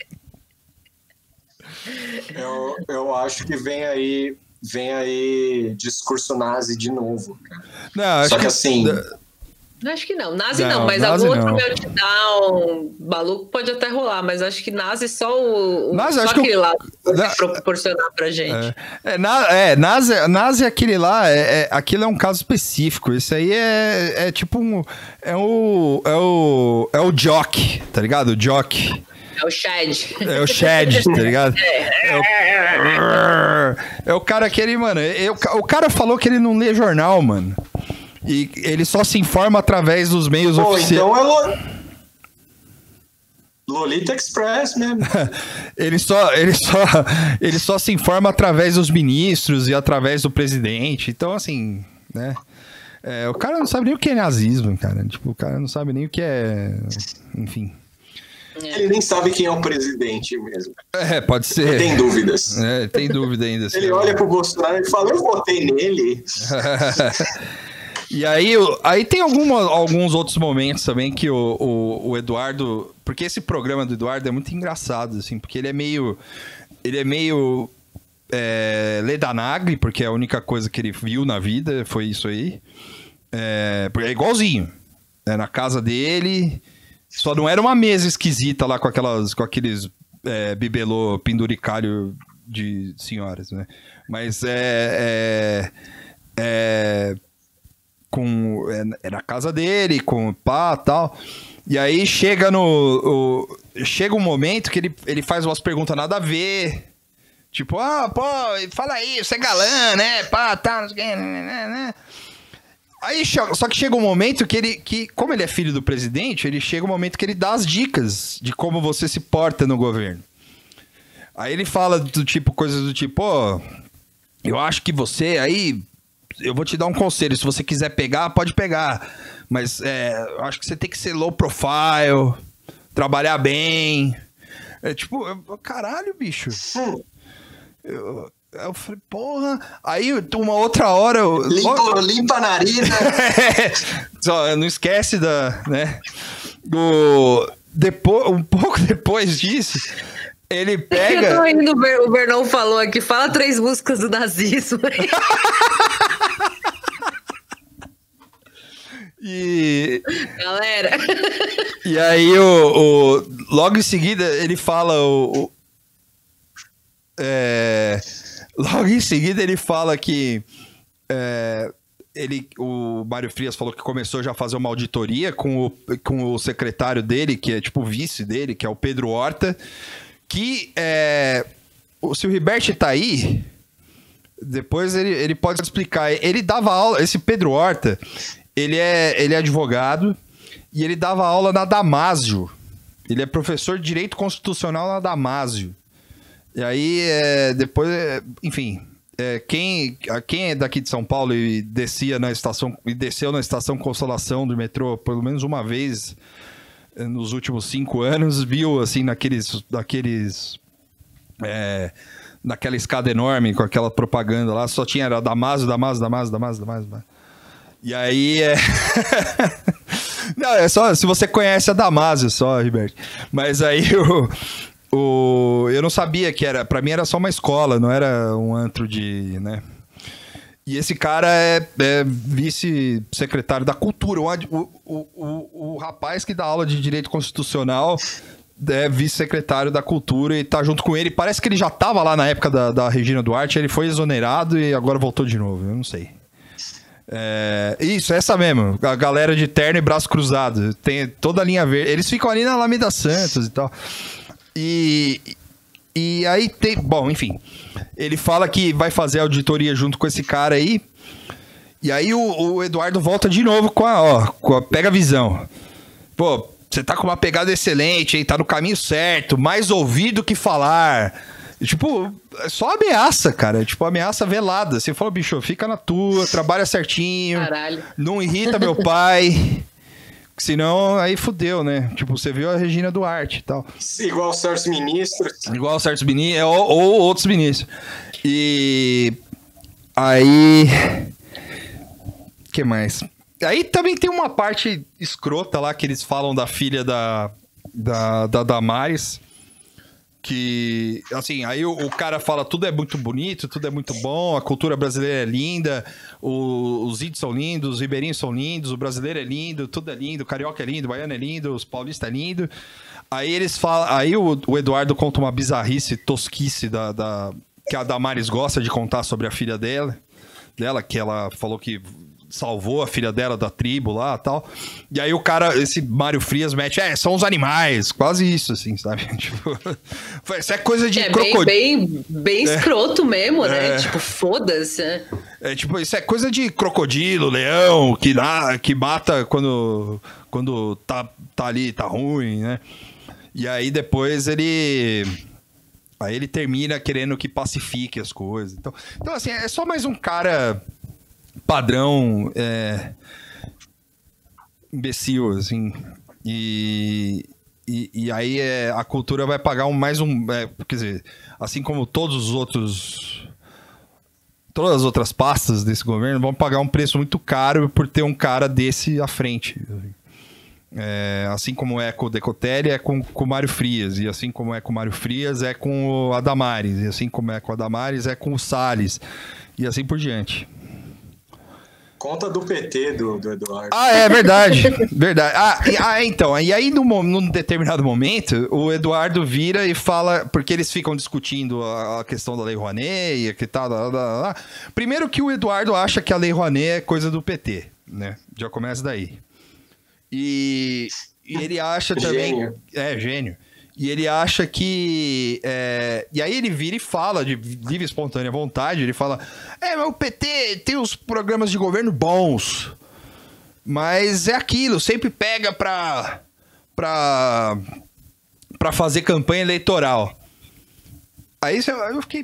Eu, eu acho que vem aí, vem aí discurso nazi de novo, cara. Não, Só que, que assim... Acho que não, nazi não, não mas nazi algum outro meltdown maluco pode até rolar, mas acho que nazi só o, nazi, só acho aquele que lá pode na... proporcionar pra gente. É, é, na, é nazi, nazi aquele lá, é, é, aquilo é um caso específico, isso aí é, é tipo um, é o, é o, é o jock, tá ligado? O jock. É o Chad. É o Chad, tá ligado? É o, é o cara que ele, mano, eu, o cara falou que ele não lê jornal, mano. E ele só se informa através dos meios Pô, oficiais. Então é Lo... Lolita Express mesmo. ele, só, ele, só, ele só se informa através dos ministros e através do presidente. Então, assim, né? É, o cara não sabe nem o que é nazismo, cara. Tipo, o cara não sabe nem o que é... Enfim. Ele nem sabe quem é o presidente mesmo. É, pode ser. Ele tem dúvidas. É, tem dúvida ainda. Ele assim, olha pro Bolsonaro e fala, eu votei nele. E aí, aí tem alguma, alguns outros momentos também que o, o, o Eduardo... Porque esse programa do Eduardo é muito engraçado, assim, porque ele é meio... Ele é meio... É, Ledanagre, porque a única coisa que ele viu na vida foi isso aí. É, porque é igualzinho. É na casa dele... Só não era uma mesa esquisita lá com, aquelas, com aqueles é, bibelô penduricalho de senhoras, né? Mas é... é, é com, é, é na casa dele, com pá e tal. E aí chega no... O, chega um momento que ele, ele faz umas perguntas nada a ver. Tipo, ah, pô, fala aí, você é galã, né? Pá, tá, não sei o que, né, né. Aí, só que chega um momento que ele, que, como ele é filho do presidente, ele chega um momento que ele dá as dicas de como você se porta no governo. Aí ele fala do tipo, coisas do tipo, ó, oh, eu acho que você aí, eu vou te dar um conselho, se você quiser pegar, pode pegar, mas é, eu acho que você tem que ser low profile, trabalhar bem. É tipo, eu, caralho, bicho. Eu... Eu falei, porra... Aí, uma outra hora... Eu... Limpa, limpa a narina. Só, não esquece da... né? O... Depois, um pouco depois disso, ele pega... Eu tô indo, o Bernão falou aqui, fala três músicas do nazismo. E... Galera... E aí, o, o, logo em seguida, ele fala... O, o, é, logo em seguida, ele fala que... É, ele, o Mário Frias falou que começou já a fazer uma auditoria com o, com o secretário dele, que é tipo o vice dele, que é o Pedro Horta, que é, se o Ribert tá aí, depois ele, ele pode explicar. Ele dava aula, esse Pedro Horta, ele é, ele é advogado e ele dava aula na Damásio. Ele é professor de Direito Constitucional na Damásio. E aí, é, depois, é, enfim... É, quem, quem é daqui de São Paulo e descia na estação e desceu na estação Consolação do metrô pelo menos uma vez nos últimos cinco anos, viu assim naqueles, naqueles é, naquela escada enorme com aquela propaganda lá, só tinha era Damásio, Damásio, Damásio, Damásio, Damásio. E aí é... Não, é só se você conhece a Damásio só, Riberto. Mas aí o O, eu não sabia que era... Pra mim era só uma escola, não era um antro de... né? E esse cara é, é vice-secretário da Cultura. O, o, o, o rapaz que dá aula de Direito Constitucional é vice-secretário da Cultura e tá junto com ele. Parece que ele já tava lá na época da, da Regina Duarte, ele foi exonerado e agora voltou de novo. Eu não sei. É, isso, essa mesmo. A galera de terno e braço cruzado. Tem toda a linha verde. Eles ficam ali na Alameda Santos e tal. E, e aí tem... Bom, enfim. Ele fala que vai fazer auditoria junto com esse cara aí. E aí o, o Eduardo volta de novo com a... Ó, com a pega a visão. Pô, você tá com uma pegada excelente, hein? Tá no caminho certo. Mais ouvir do que falar. E, tipo, é só ameaça, cara. É, tipo, ameaça velada. Você fala, bicho, fica na tua, trabalha certinho. Caralho. Não irrita meu pai... Senão, aí fudeu, né? Tipo, você viu a Regina Duarte e tal. Igual certos ministros. Igual certos ministros, ou, ou outros ministros. E... Aí... O que mais? Aí também tem uma parte escrota lá, que eles falam da filha da, da, da Damares. Que, assim, aí o, o cara fala tudo é muito bonito, tudo é muito bom, a cultura brasileira é linda, o, os índios são lindos, os ribeirinhos são lindos, o brasileiro é lindo, tudo é lindo, o carioca é lindo, o baiano é lindo, os paulistas é lindo. Aí eles falam, aí o, o Eduardo conta uma bizarrice, tosquice da, da, que a Damares gosta de contar sobre a filha dela, dela, que ela falou que salvou a filha dela da tribo lá e tal. E aí o cara, esse Mário Frias mete, é, são os animais. Quase isso, assim, sabe? Tipo, isso é coisa de é crocodilo. Bem, bem, bem é. escroto mesmo, né? É. Tipo, foda-se. Né? É tipo, isso é coisa de crocodilo, leão, que, dá, que mata quando, quando tá, tá ali, tá ruim, né? E aí depois ele... Aí ele termina querendo que pacifique as coisas. Então, então assim, é só mais um cara... padrão é, imbecil, assim, e, e, e aí é, a cultura vai pagar um, mais um, é, quer dizer, assim como todos os outros, todas as outras pastas desse governo vão pagar um preço muito caro por ter um cara desse à frente. É, assim como é com o Decotelli, é com, com o Mário Frias, e assim como é com o Mário Frias, é com o Adamares, e assim como é com o Adamares, é com o Salles, e assim por diante. Conta do P T do, do Eduardo. Ah, é verdade. Verdade. Ah, e, ah, então. E aí, num, num determinado momento, o Eduardo vira e fala... Porque eles ficam discutindo a, a questão da Lei Rouanet e que tal. Lá, lá, lá. Primeiro que o Eduardo acha que a Lei Rouanet é coisa do P T, né? Já começa daí. E, e ele acha também... Gênio. É, gênio. E ele acha que... É... E aí ele vira e fala de livre e espontânea vontade, ele fala... É, mas o P T tem os programas de governo bons, mas é aquilo, sempre pega pra... pra... pra fazer campanha eleitoral. Aí eu fiquei...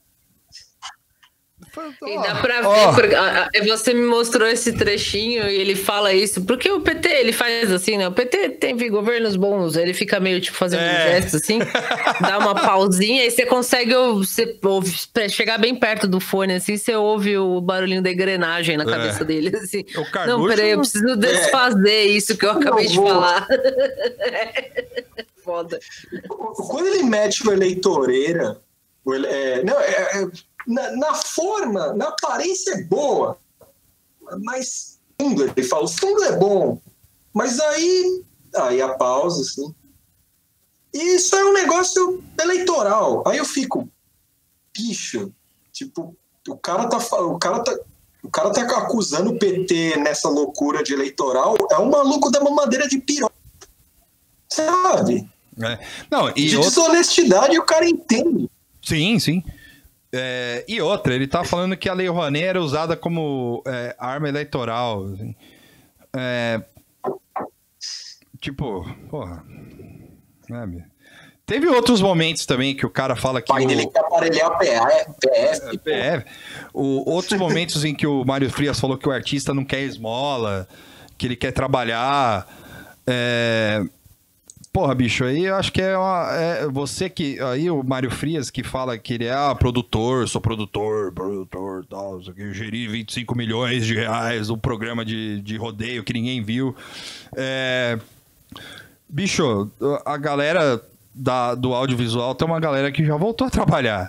E dá pra ver, oh. porque você me mostrou esse trechinho e ele fala isso, porque o P T, ele faz assim, né? O P T tem governos bons, ele fica meio, tipo, fazendo é. um gesto assim, dá uma pausinha e você consegue você ouve, chegar bem perto do fone, assim, você ouve o barulhinho da engrenagem na é. cabeça dele, assim. Carluxo... Não, peraí, eu preciso desfazer é. isso que eu acabei de falar. Foda. Quando ele mete o eleitoreira, o ele... é... não, é... Na, na forma, na aparência é boa, mas fundo, ele fala, o fundo é bom, mas aí, aí a pausa, assim. E isso é um negócio eleitoral. Aí eu fico, bicho, tipo, o cara tá, o cara tá, o cara tá acusando o P T nessa loucura de eleitoral, é um maluco da mamadeira de piroca, sabe? É. Não, e de outro... desonestidade o cara entende. Sim, sim. É, e outra, ele tá falando que a Lei Rouanet era usada como é, arma eleitoral. Assim. É, tipo, porra. Sabe? Teve outros momentos também que o cara fala que. O pai o... dele quer aparelhar P F. P F. O, outros momentos em que o Mário Frias falou que o artista não quer esmola, que ele quer trabalhar. É... Porra, bicho, aí eu acho que é, uma, é você que... Aí o Mário Frias que fala que ele é ah, produtor, sou produtor, produtor, tal, eu geri vinte e cinco milhões de reais um programa de, de rodeio que ninguém viu. É, bicho, a galera da, do audiovisual tem uma galera que já voltou a trabalhar.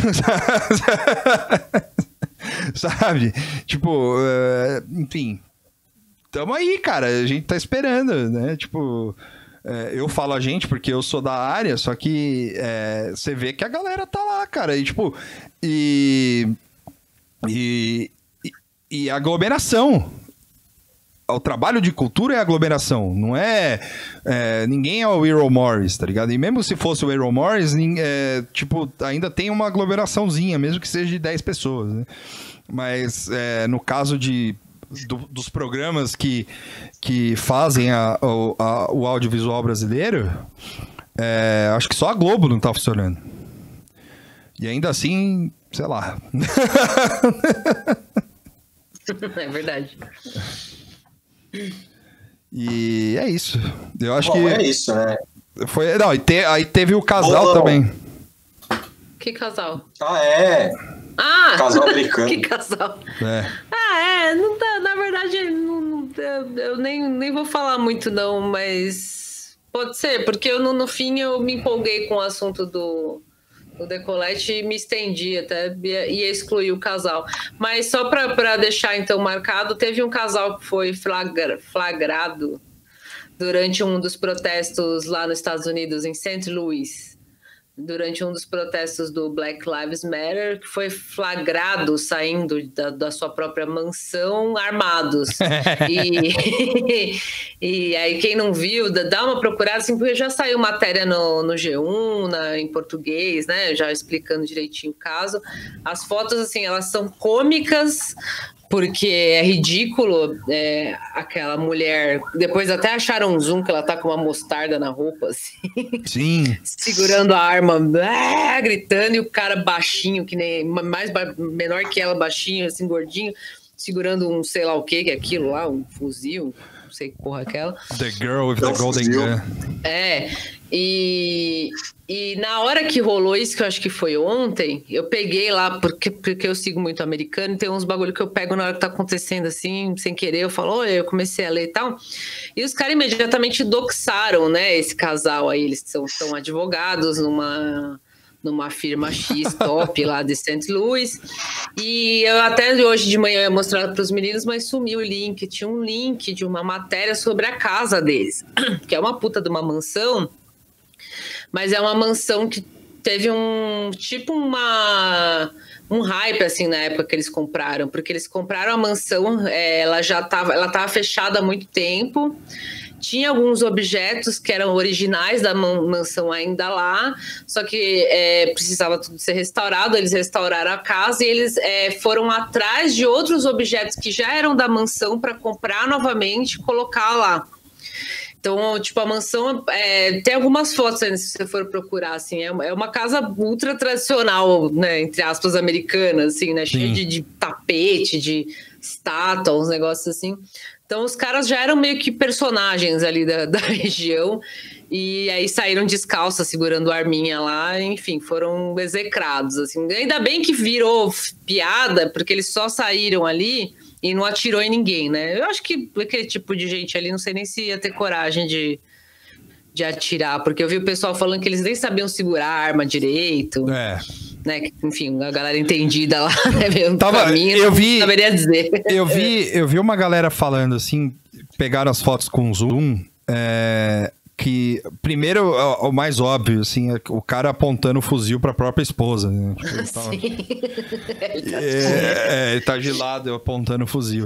Sabe? Tipo, é, enfim. Tamo aí, cara. A gente tá esperando, né? Tipo... É, eu falo a gente porque eu sou da área, só que é, você vê que a galera tá lá, cara. E tipo, e, e, e aglomeração. O trabalho de cultura é aglomeração, não é, é ninguém é o Errol Morris, tá ligado? E mesmo se fosse o Errol Morris, é, tipo, ainda tem uma aglomeraçãozinha, mesmo que seja de dez pessoas, né? Mas é, no caso de Do, dos programas que, que fazem a, a, o audiovisual brasileiro, é, acho que só a Globo não tá funcionando. E ainda assim, sei lá. É verdade. E é isso. Eu acho Bom, que... é isso, né? Foi, não, e te, aí teve o casal Bolão. também. Que casal? Ah, é? Ah! Casal americano. Que casal. É. Ah, é. Não tá, na verdade, não, não, eu, eu nem, nem vou falar muito, não, mas pode ser, porque eu, no, no fim eu me empolguei com o assunto do, do decolete e me estendi até ia, ia excluir o casal. Mas só pra, pra deixar então marcado, teve um casal que foi flagra, flagrado durante um dos protestos lá nos Estados Unidos, em Saint Louis. Durante um dos protestos do Black Lives Matter, que foi flagrado saindo da, da sua própria mansão armados. e, e aí quem não viu, dá uma procurada, assim, porque já saiu matéria no, no G um, na, em português, né, já explicando direitinho o caso. As fotos, assim, elas são cômicas, porque é ridículo, é, aquela mulher... Depois até acharam um zoom que ela tá com uma mostarda na roupa, assim. Sim. Segurando a arma, ah, gritando, e o cara baixinho, que nem... Mais ba- menor que ela, baixinho, assim, gordinho, segurando um sei lá o que que é aquilo lá, um fuzil, não sei que porra é aquela. The girl with the golden gun. É, e, e na hora que rolou isso, que eu acho que foi ontem, eu peguei lá, porque, porque eu sigo muito americano, e tem uns bagulho que eu pego na hora que tá acontecendo assim, sem querer, eu falo, olha, eu comecei a ler e tal, e os caras imediatamente doxaram, né, esse casal aí, eles são, são advogados numa... numa firma X top lá de Saint Louis, e eu até hoje de manhã ia mostrar para os meninos, mas sumiu o link, tinha um link de uma matéria sobre a casa deles, que é uma puta de uma mansão, mas é uma mansão que teve um, tipo uma... um hype, assim, na época que eles compraram, porque eles compraram a mansão, é, ela já estava ela tava fechada há muito tempo, tinha alguns objetos que eram originais da mansão ainda lá, só que é, precisava tudo ser restaurado, eles restauraram a casa e eles é, foram atrás de outros objetos que já eram da mansão para comprar novamente e colocar lá. Então, tipo, a mansão é, tem algumas fotos aí, se você for procurar, assim, é uma, é uma casa ultra tradicional, né, entre aspas, americana, assim, né, cheia de, de tapete, de estátua, uns negócios assim. Então, os caras já eram meio que personagens ali da, da região, e aí saíram descalços, segurando a arminha lá, enfim, foram execrados, assim. Ainda bem que virou piada, porque eles só saíram ali e não atirou em ninguém, né? Eu acho que aquele tipo de gente ali, não sei nem se ia ter coragem de, de atirar, porque eu vi o pessoal falando que eles nem sabiam segurar a arma direito. É. né? Enfim, a galera entendida lá, né? Tava, pra mim, eu vi, não saberia dizer. Eu vi, eu vi uma galera falando assim, pegaram as fotos com zoom, é, que primeiro, o, o mais óbvio, assim, é o cara apontando o fuzil pra própria esposa. Né? Tipo, ele tava, ele, tá é, é, ele tá de lado apontando o fuzil.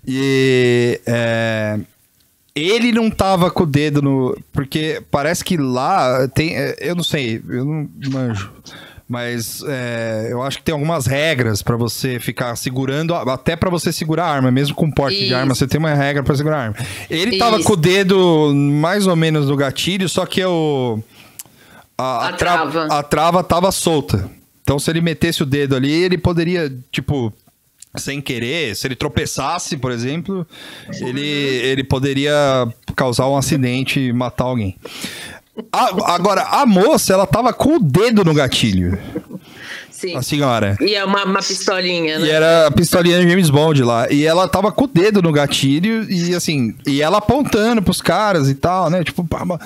E é, ele não tava com o dedo no... Porque parece que lá tem... Eu não sei, eu não manjo. Mas é, eu acho que tem algumas regras pra você ficar segurando, até pra você segurar a arma, mesmo com porte Isso. de arma, você tem uma regra pra segurar a arma. Ele tava Isso. com o dedo mais ou menos no gatilho, só que o, a, a, a, trava. Tra, a trava tava solta. Então se ele metesse o dedo ali, ele poderia, tipo, sem querer, se ele tropeçasse, por exemplo, ele, ele poderia causar um acidente e matar alguém. A, agora, a moça, ela tava com o dedo no gatilho. Sim. A senhora. E é uma, uma pistolinha, né? E era a pistolinha de James Bond lá. E ela tava com o dedo no gatilho e assim, e ela apontando pros caras e tal, né? Tipo,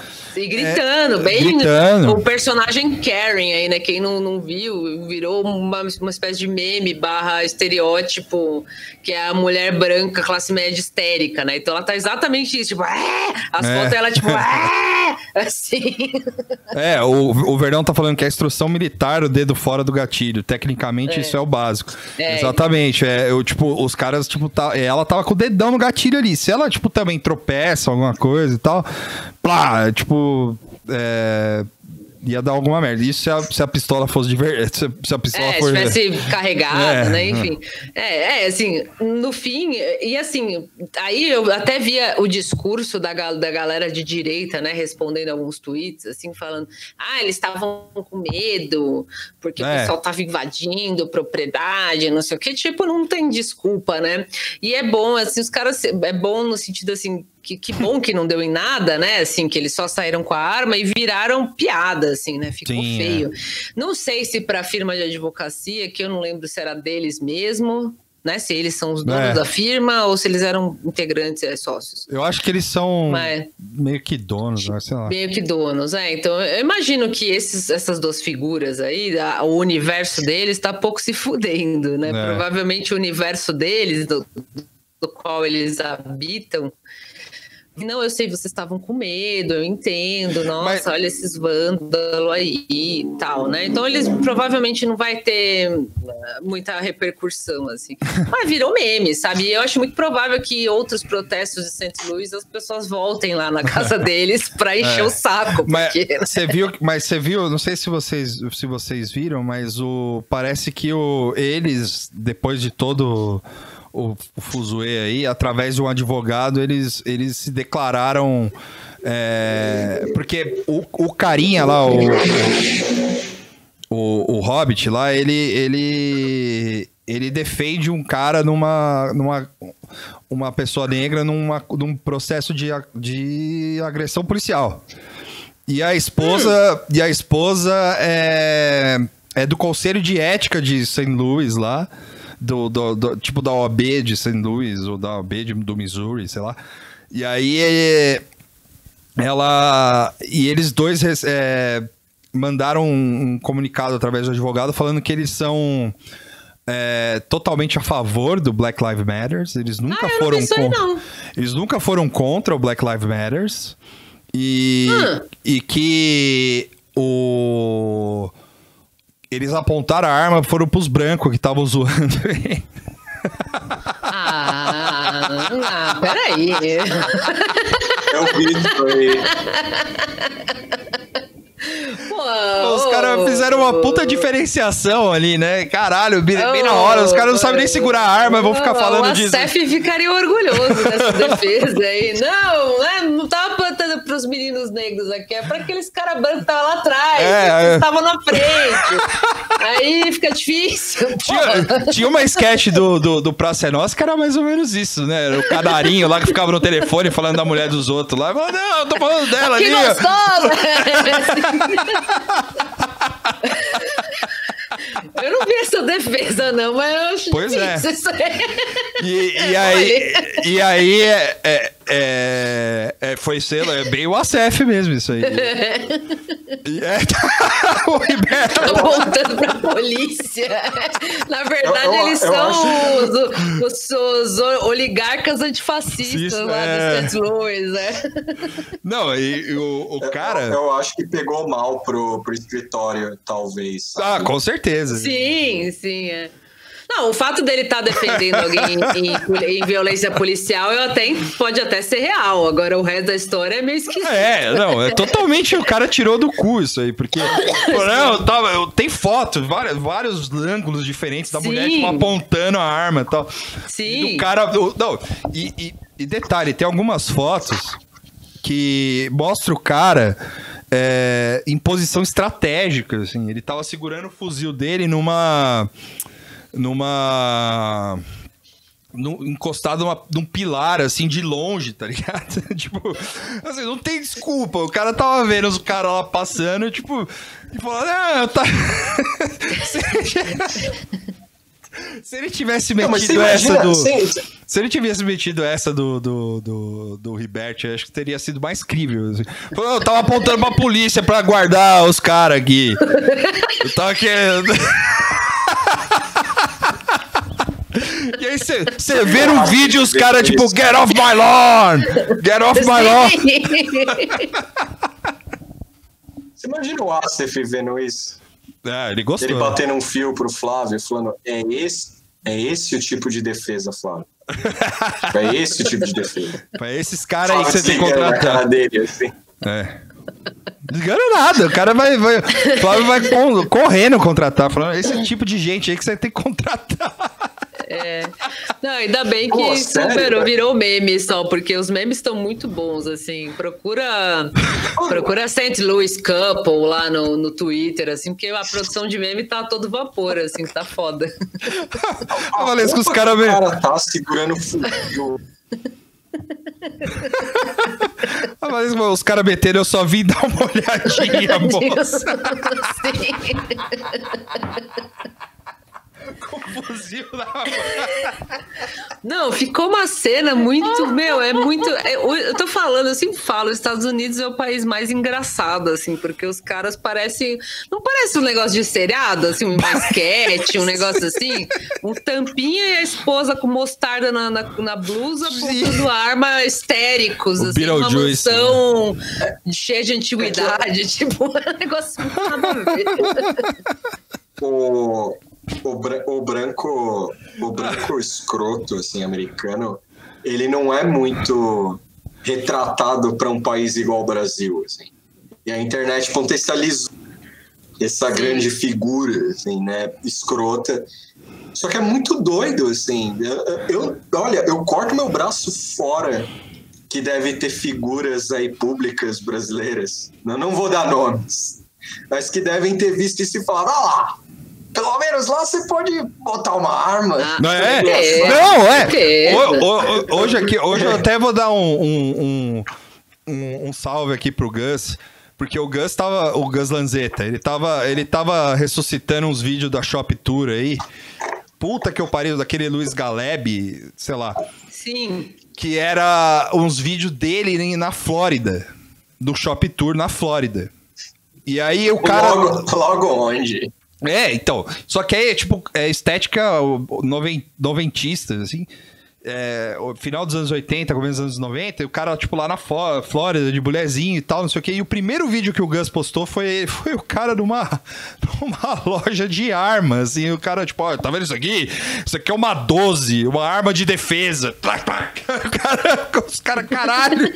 e gritando, é, bem. Gritando. O personagem Karen aí, né? Quem não, não viu, virou uma, uma espécie de meme barra estereótipo, que é a mulher branca, classe média histérica, né? Então ela tá exatamente isso, tipo, ah! As é. fotos ela, tipo, ah! Assim. É, o, o Verdão tá falando que a instrução militar, o dedo fora do gatilho. Tecnicamente, é. isso é o básico. É. Exatamente. É, eu, tipo, os caras, tipo, tá, ela tava com o dedão no gatilho ali. Se ela, tipo, também tropeça, alguma coisa e tal, plá, tipo, é, ia dar alguma merda. Isso se a, se a pistola fosse de verdade. Se, se a pistola é, for... se tivesse carregada, é, né? Enfim. É, é, assim, no fim, e assim, aí eu até via o discurso da, da galera de direita, né? Respondendo alguns tweets, assim, falando, ah, eles estavam com medo, porque é. o pessoal tava invadindo propriedade, não sei o que. Tipo, não tem desculpa, né? E é bom, assim, os caras... É bom no sentido, assim... Que, que bom que não deu em nada, né? Assim, que eles só saíram com a arma e viraram piada, assim, né? Ficou Sim, feio. É. Não sei se para a firma de advocacia, que eu não lembro se era deles mesmo, né? Se eles são os donos é. da firma ou se eles eram integrantes, é, sócios. Eu acho que eles são Mas, meio que donos, né? Sei lá. Meio que donos, é. Então, eu imagino que esses, essas duas figuras aí, a, o universo deles tá pouco se fudendo, né? É. Provavelmente o universo deles, do, do qual eles habitam... Não, eu sei, vocês estavam com medo, eu entendo, nossa, Mas... olha esses vândalos aí e tal, né? Então eles provavelmente não vai ter muita repercussão, assim. Mas virou meme, sabe? E eu acho muito provável que outros protestos de Saint Louis as pessoas voltem lá na casa deles pra encher é. o saco. Mas porque... você viu, mas você viu, não sei se vocês, se vocês viram, mas o, parece que o, eles, depois de todo... o, o fuzuê aí, através de um advogado, eles, eles se declararam... É, porque o, o carinha lá, o, o, o Hobbit lá, ele, ele, ele defende um cara numa... numa uma pessoa negra numa, num processo de, de agressão policial. E a esposa, hum. e a esposa é, é do Conselho de Ética de Saint Louis lá, do, do, do, tipo da O A B de Saint Louis, ou da O A B de, do Missouri, sei lá. E aí ela... E eles dois é, mandaram um, um comunicado através do advogado falando que eles são... É, totalmente a favor do Black Lives Matter. Eles nunca ah, foram contra. Eles nunca foram contra o Black Lives Matter. E, hum. e que o eles apontaram a arma, foram pros brancos que estavam zoando. ah, ah, peraí. É o vídeo aí. Pô, os caras fizeram uma puta diferenciação ali, né? Caralho, bem oh, na hora. Os caras não sabem nem segurar a arma, oh, vão ficar falando disso. O Acef ficaria orgulhoso dessa defesa aí. Não, né? Não tava apontando pros meninos negros aqui, é pra aqueles caras brancos que estavam lá atrás, é, que é. estavam na frente. Aí fica difícil. Tinha, tinha uma sketch do, do, do Praça é Nossa que era mais ou menos isso, né? Era o canarinho lá que ficava no telefone falando da mulher dos outros lá. Mas, não, eu tô falando dela que ali. Que gostosa! Eu não vi essa defesa, não, mas eu acho pois difícil é. isso aí. E, e aí, e aí é, é, é, é, foi selo, é bem o Acef mesmo, isso aí. E é, o Ribeiro. Tô voltando pra polícia. Na verdade, Eu- eu- eles eu são acho- os, os- os oligarcas antifascistas Sim, lá é. dos Saint Louis, né? Não, e, e o, o Eu- cara... Eu, eu acho que pegou mal pro, pro escritório, talvez. Ah, sabe? com certeza. Sim, sim, é. Não, o fato dele estar defendendo alguém em, em violência policial eu até, pode até ser real. Agora, o resto da história é meio esquisito. É, não, é totalmente o cara tirou do cu isso aí, porque pô, não, tava, eu, tem foto, vários, vários ângulos diferentes da Sim. mulher tipo, apontando a arma e tal. Sim. E do cara. o- Não, e, e, e detalhe, tem algumas fotos que mostra o cara é, em posição estratégica, assim. Ele tava segurando o fuzil dele numa. numa. no- encostado numa, num pilar, assim, de longe, tá ligado? Tipo, assim, não tem desculpa. O cara tava vendo os caras lá passando, tipo, e falando, ah, tá. se, se ele tivesse Não, mas metido você essa imagina, do. você- Se ele tivesse metido essa do, do, do, do Ribert, eu acho que teria sido mais crível. Assim. Falou, eu tava apontando pra polícia pra guardar os caras aqui. Eu tava querendo. E aí você vê no vídeo os caras tipo, get off my lawn! Get off my lawn! Você imagina o Asif vendo isso? É, ele gostou. Ele batendo um fio pro Flávio, falando: é esse, é esse o tipo de defesa, Flávio. É esse o tipo de defesa. Pra esses caras aí que você Flávio tem que desligando a cara contratar. dele, assim. É. Desgana nada, o cara vai. vai o Flávio vai con- correndo contratar, falando, esse tipo de gente aí que você tem que contratar. É. Não, ainda bem que Pô, sério, superou, cara? virou meme só, porque os memes estão muito bons, assim. Procura procura Saint Louis Couple lá no, no Twitter, assim, porque a produção de meme tá a todo vapor, assim, tá foda. Eu falei isso com os Opa, caras que o mesmo. cara tá segurando o fuzil. Ah, mas os caras meteram, eu só vim dar uma olhadinha, moça. Sim. Com o fuzil na Não, ficou uma cena muito, meu, é muito, é, eu tô falando, eu sempre falo, os Estados Unidos é o país mais engraçado, assim, porque os caras parecem, não parece um negócio de seriado, assim, um basquete, um negócio assim, um tampinha e a esposa com mostarda na, na, na blusa, apontando arma histéricos, O assim, uma Beetlejuice, mansão cheia de antiguidade, tipo, um negócio muito nada a ver. O, o, bran- o branco o branco escroto assim americano, ele não é muito retratado para um país igual ao Brasil, assim. E a internet potencializou essa grande figura, assim, né, escrota. Só que é muito doido, assim. Eu, eu- olha, eu corto meu braço fora que deve ter figuras aí públicas brasileiras. Eu não vou dar nomes, mas que devem ter visto isso e falar, ah lá, pelo menos lá você pode botar uma arma. Ah, Não é? certeza, Não, é. certeza. O- o- o- hoje, aqui, hoje eu até vou dar um, um, um, um- um salve aqui pro Gus. Porque o Gus tava. O Gus Lanzetta, ele tava, ele tava ressuscitando uns vídeos da Shop Tour aí. Puta que eu pariu, daquele Luiz Galeb, sei lá. Sim. Que era uns vídeos dele na Flórida. Do Shop Tour na Flórida. E aí o cara. Logo, logo onde? É, então. Só que aí é tipo é estética o- noven- noventista, assim. É, o final dos anos oitenta, começo dos anos noventa, e o cara, tipo, lá na Fó- Flórida, de bolezinho e tal, não sei o quê. E o primeiro vídeo que o Gus postou foi, foi o cara numa, numa loja de armas. Assim, o cara, tipo, ó, tá vendo isso aqui? Isso aqui é uma doze, uma arma de defesa. Plac, plac. O cara, os caras, caralho.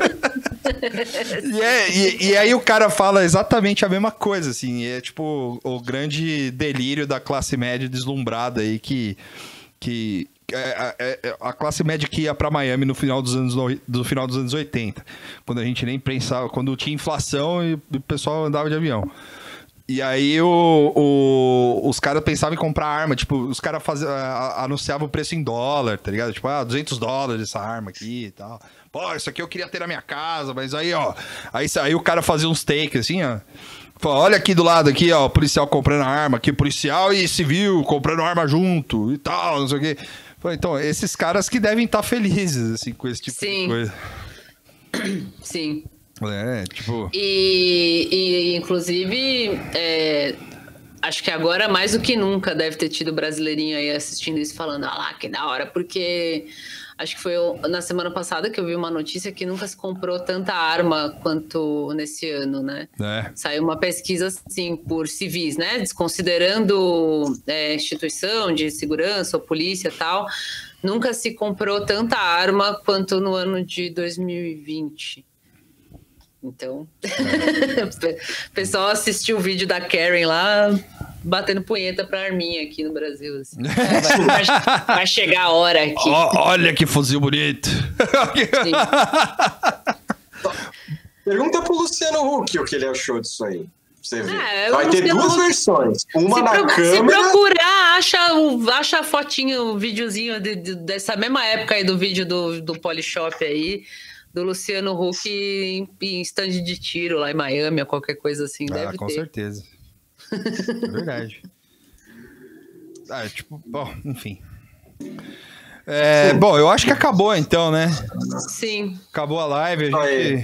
E, é- e- e aí o cara fala exatamente a mesma coisa, assim. É tipo o grande delírio da classe média deslumbrada aí que. que é, é, é, a classe média que ia pra Miami no final dos anos, no- do final dos anos oitenta. Quando a gente nem pensava, quando tinha inflação e o pessoal andava de avião. E aí o, o- os caras pensavam em comprar arma, tipo, os caras faz- a- anunciavam o preço em dólar, tá ligado? Tipo, ah, duzentos dólares essa arma aqui e tal. Pô, isso aqui eu queria ter na minha casa, mas aí, ó. Aí, aí o cara fazia uns takes assim, ó. Fala, olha aqui do lado, aqui, ó, o policial comprando arma, aqui, policial e civil comprando arma junto e tal, não sei o quê. Falei, então, esses caras que devem estar felizes, assim, com esse tipo Sim. de coisa. Sim. É, tipo. E, e, inclusive, é, a acho que agora, mais do que nunca, deve ter tido brasileirinho aí assistindo isso, falando, ah lá, que da hora, porque acho que foi na semana passada que eu vi uma notícia que nunca se comprou tanta arma quanto nesse ano, né? É. Saiu uma pesquisa, assim, por civis, né? Desconsiderando é, instituição de segurança ou polícia e tal, nunca se comprou tanta arma quanto no ano de dois mil e vinte. Então, o pessoal assistiu o vídeo da Karen lá, batendo punheta pra arminha aqui no Brasil. Assim. Vai, vai, vai chegar a hora aqui. Oh, olha que fuzil bonito. Pergunta pro Luciano Huck o que ele achou disso aí. Você vê. É, vai ter duas Huck, versões. Uma se na pro, câmera... Se procurar, acha, o, acha a fotinho, o videozinho de, de, dessa mesma época aí do vídeo do, do Polishop aí, do Luciano Huck em, em stand de tiro lá em Miami ou qualquer coisa assim. Ah, deve com ter. certeza. É verdade. Ah, tipo, bom, enfim. É, bom, eu acho que acabou então, né? Sim. Acabou a live, a gente...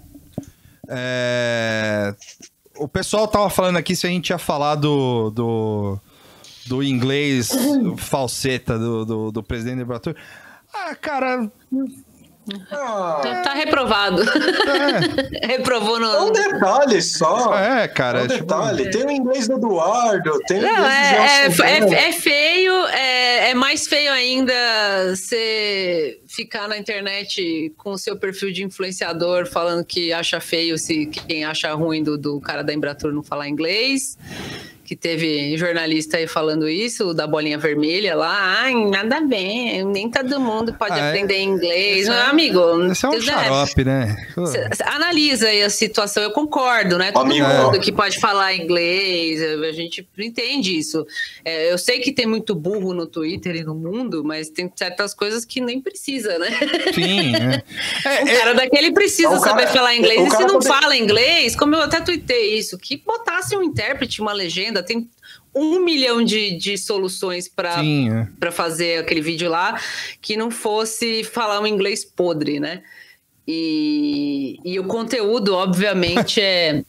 É, o pessoal tava falando aqui se a gente ia falar do, do, do inglês falseta do, do, do presidente do Brasil. Ah, cara... Ah, tá reprovado. É. Reprovou no... É um detalhe só. É, cara. É um tipo... detalhe. Tem o inglês do Eduardo, tem o Não, inglês é, do é, Gelson. é, é feio, é, é mais feio ainda você ficar na internet com o seu perfil de influenciador falando que acha feio se quem acha ruim do, do cara da Embratur não falar inglês. Que teve jornalista aí falando isso, da bolinha vermelha lá. Ai, nada a ver, nem todo mundo pode ah, aprender é, inglês. é, amigo, esse é um xarope, né? Analisa aí a situação, eu concordo, né? Todo Amigo, mundo é. que pode falar inglês, a gente entende isso. É, eu sei que tem muito burro no Twitter e no mundo, mas tem certas coisas que nem precisa, né? Sim. É. É, o cara é, daquele precisa o cara, saber falar inglês. E se não pode... fala inglês, como eu até tuitei isso, que botasse um intérprete, uma legenda, tem um milhão de, de soluções para é. fazer aquele vídeo lá, que não fosse falar um inglês podre, né? E, e o conteúdo, obviamente, é...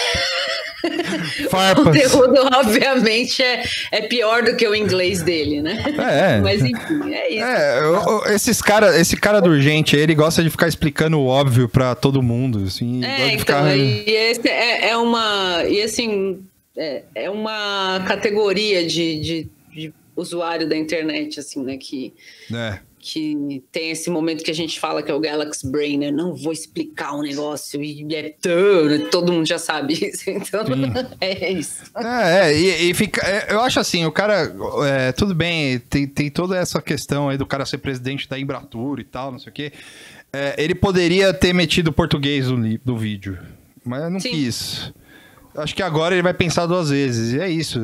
Farpas. O conteúdo, obviamente, é, é pior do que o inglês dele, né? É. Mas, enfim, é isso. É, o, esses cara, esse cara do Urgente, ele gosta de ficar explicando o óbvio pra todo mundo, assim. É, então, ficar... e esse é, é uma... E, assim, é, é uma categoria de, de, de usuário da internet, assim, né? Que... É. Que tem esse momento que a gente fala que é o Galaxy Brain, né? Não vou explicar um negócio e é tudo, todo mundo já sabe isso. Então, sim. É isso. É, é e, e fica, é, eu acho assim, o cara, é, tudo bem, tem, tem toda essa questão aí do cara ser presidente da Embratur e tal, não sei o quê. É, ele poderia ter metido português no, no vídeo, mas não sim. quis. Acho que agora ele vai pensar duas vezes. E é isso.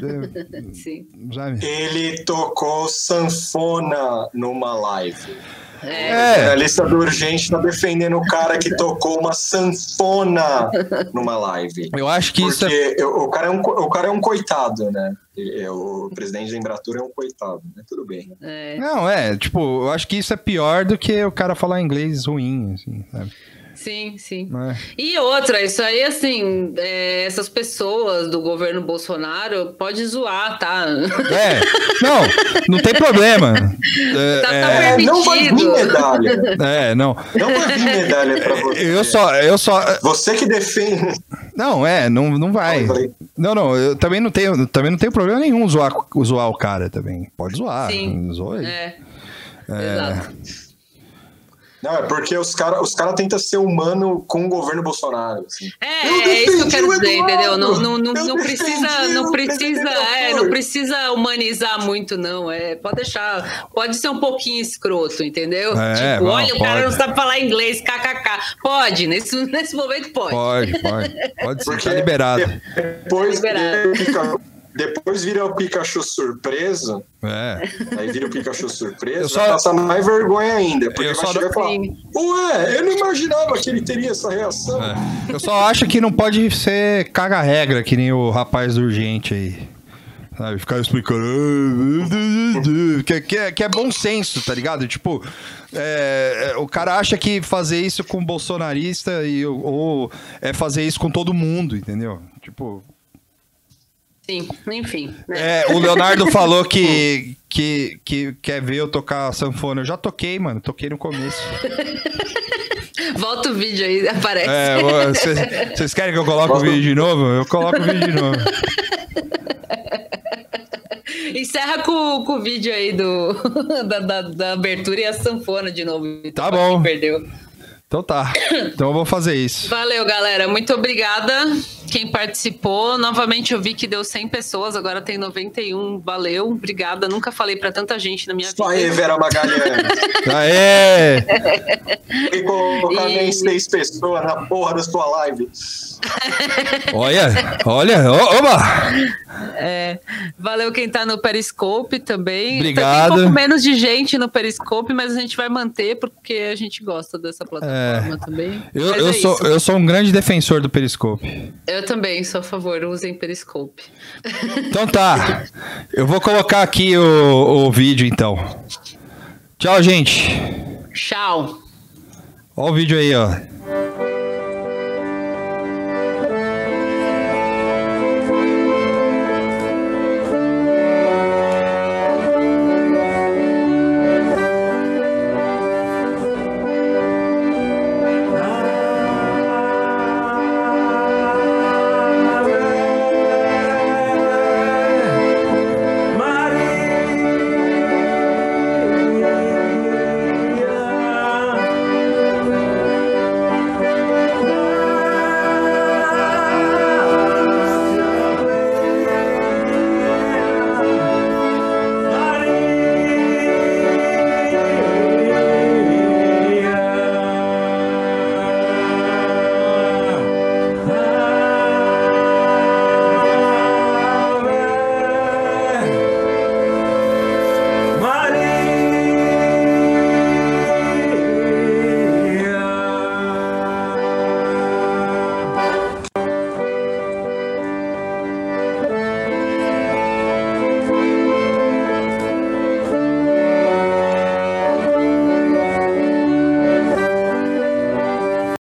É, Sim. Sabe? Ele tocou sanfona numa live. É. A jornalista do Urgente tá defendendo o cara que tocou uma sanfona numa live. Eu acho que Porque isso é... eu, o, cara é um, o cara é um coitado, né? Ele, o presidente da Embratur é um coitado, né? Tudo bem. É. Não, é, tipo, eu acho que isso é pior do que o cara falar inglês ruim, assim, sabe? Sim, sim. É. E outra, isso aí, assim, é, essas pessoas do governo Bolsonaro pode zoar, tá? É, não, não tem problema. É, tá, tá é, permitido. Não vai vir medalha. É, não. Não vai vir medalha pra você. Eu só, eu só... Você que defende. Não, é, não, não vai. Não, não, eu também não tenho, também não tenho problema nenhum zoar, zoar o cara também. Pode zoar. Sim, zoa aí. é. É. Exato. Não, é porque os caras os cara tentam ser humano com o governo Bolsonaro. Assim. É, é isso que eu quero dizer, entendeu? Não, não, não, não precisa, não precisa, é, não precisa humanizar muito, não. É, pode deixar, pode ser um pouquinho escroto, entendeu? É, tipo, bom, olha, o pode. cara não sabe falar inglês, kkk. Pode, nesse, nesse momento pode. Pode, pode. Pode ser, Porque tá liberado. Depois, tá liberado. Depois vira o Pikachu surpreso. É. Aí vira o Pikachu surpreso. Eu só... Vai passar mais vergonha ainda. Porque eu vai só... chegar e falar: ué, eu não imaginava que ele teria essa reação. É. Eu só acho que não pode ser caga-regra, que nem o rapaz do Urgente aí. Sabe? Ficar explicando. Que, que, é, que é bom senso, tá ligado? Tipo, é, o cara acha que fazer isso com bolsonarista e, ou é fazer isso com todo mundo, entendeu? Tipo. Sim, enfim. Né? É, o Leonardo falou que, que, que quer ver eu tocar sanfona. Eu já toquei, mano. Toquei no começo. Volta o vídeo aí, aparece. É, vocês querem que eu coloque o vídeo de novo? Eu coloco o vídeo de novo. Encerra com, com o vídeo aí do, da, da, da abertura e a sanfona de novo. Tá bom. Quem perdeu. Então tá. Então eu vou fazer isso. Valeu, galera. Muito obrigada quem participou. Novamente eu vi que deu cem pessoas, agora tem noventa e um. Valeu, obrigada. Nunca falei pra tanta gente na minha Só vida. aí, Vera Magalhães. Aê! Tem que colocar E- nem seis pessoas na porra da sua live. Olha, olha, o- oba! É, valeu quem tá no Periscope também. Obrigado. Tem um pouco menos de gente no Periscope, mas a gente vai manter porque a gente gosta dessa plataforma também. Eu, Mas eu, é sou, isso. eu sou um grande defensor do Periscope. Eu também sou a favor, usem Periscope. Então tá. Eu vou colocar aqui o, o vídeo então. Tchau, gente. Tchau. Olha o vídeo aí, ó.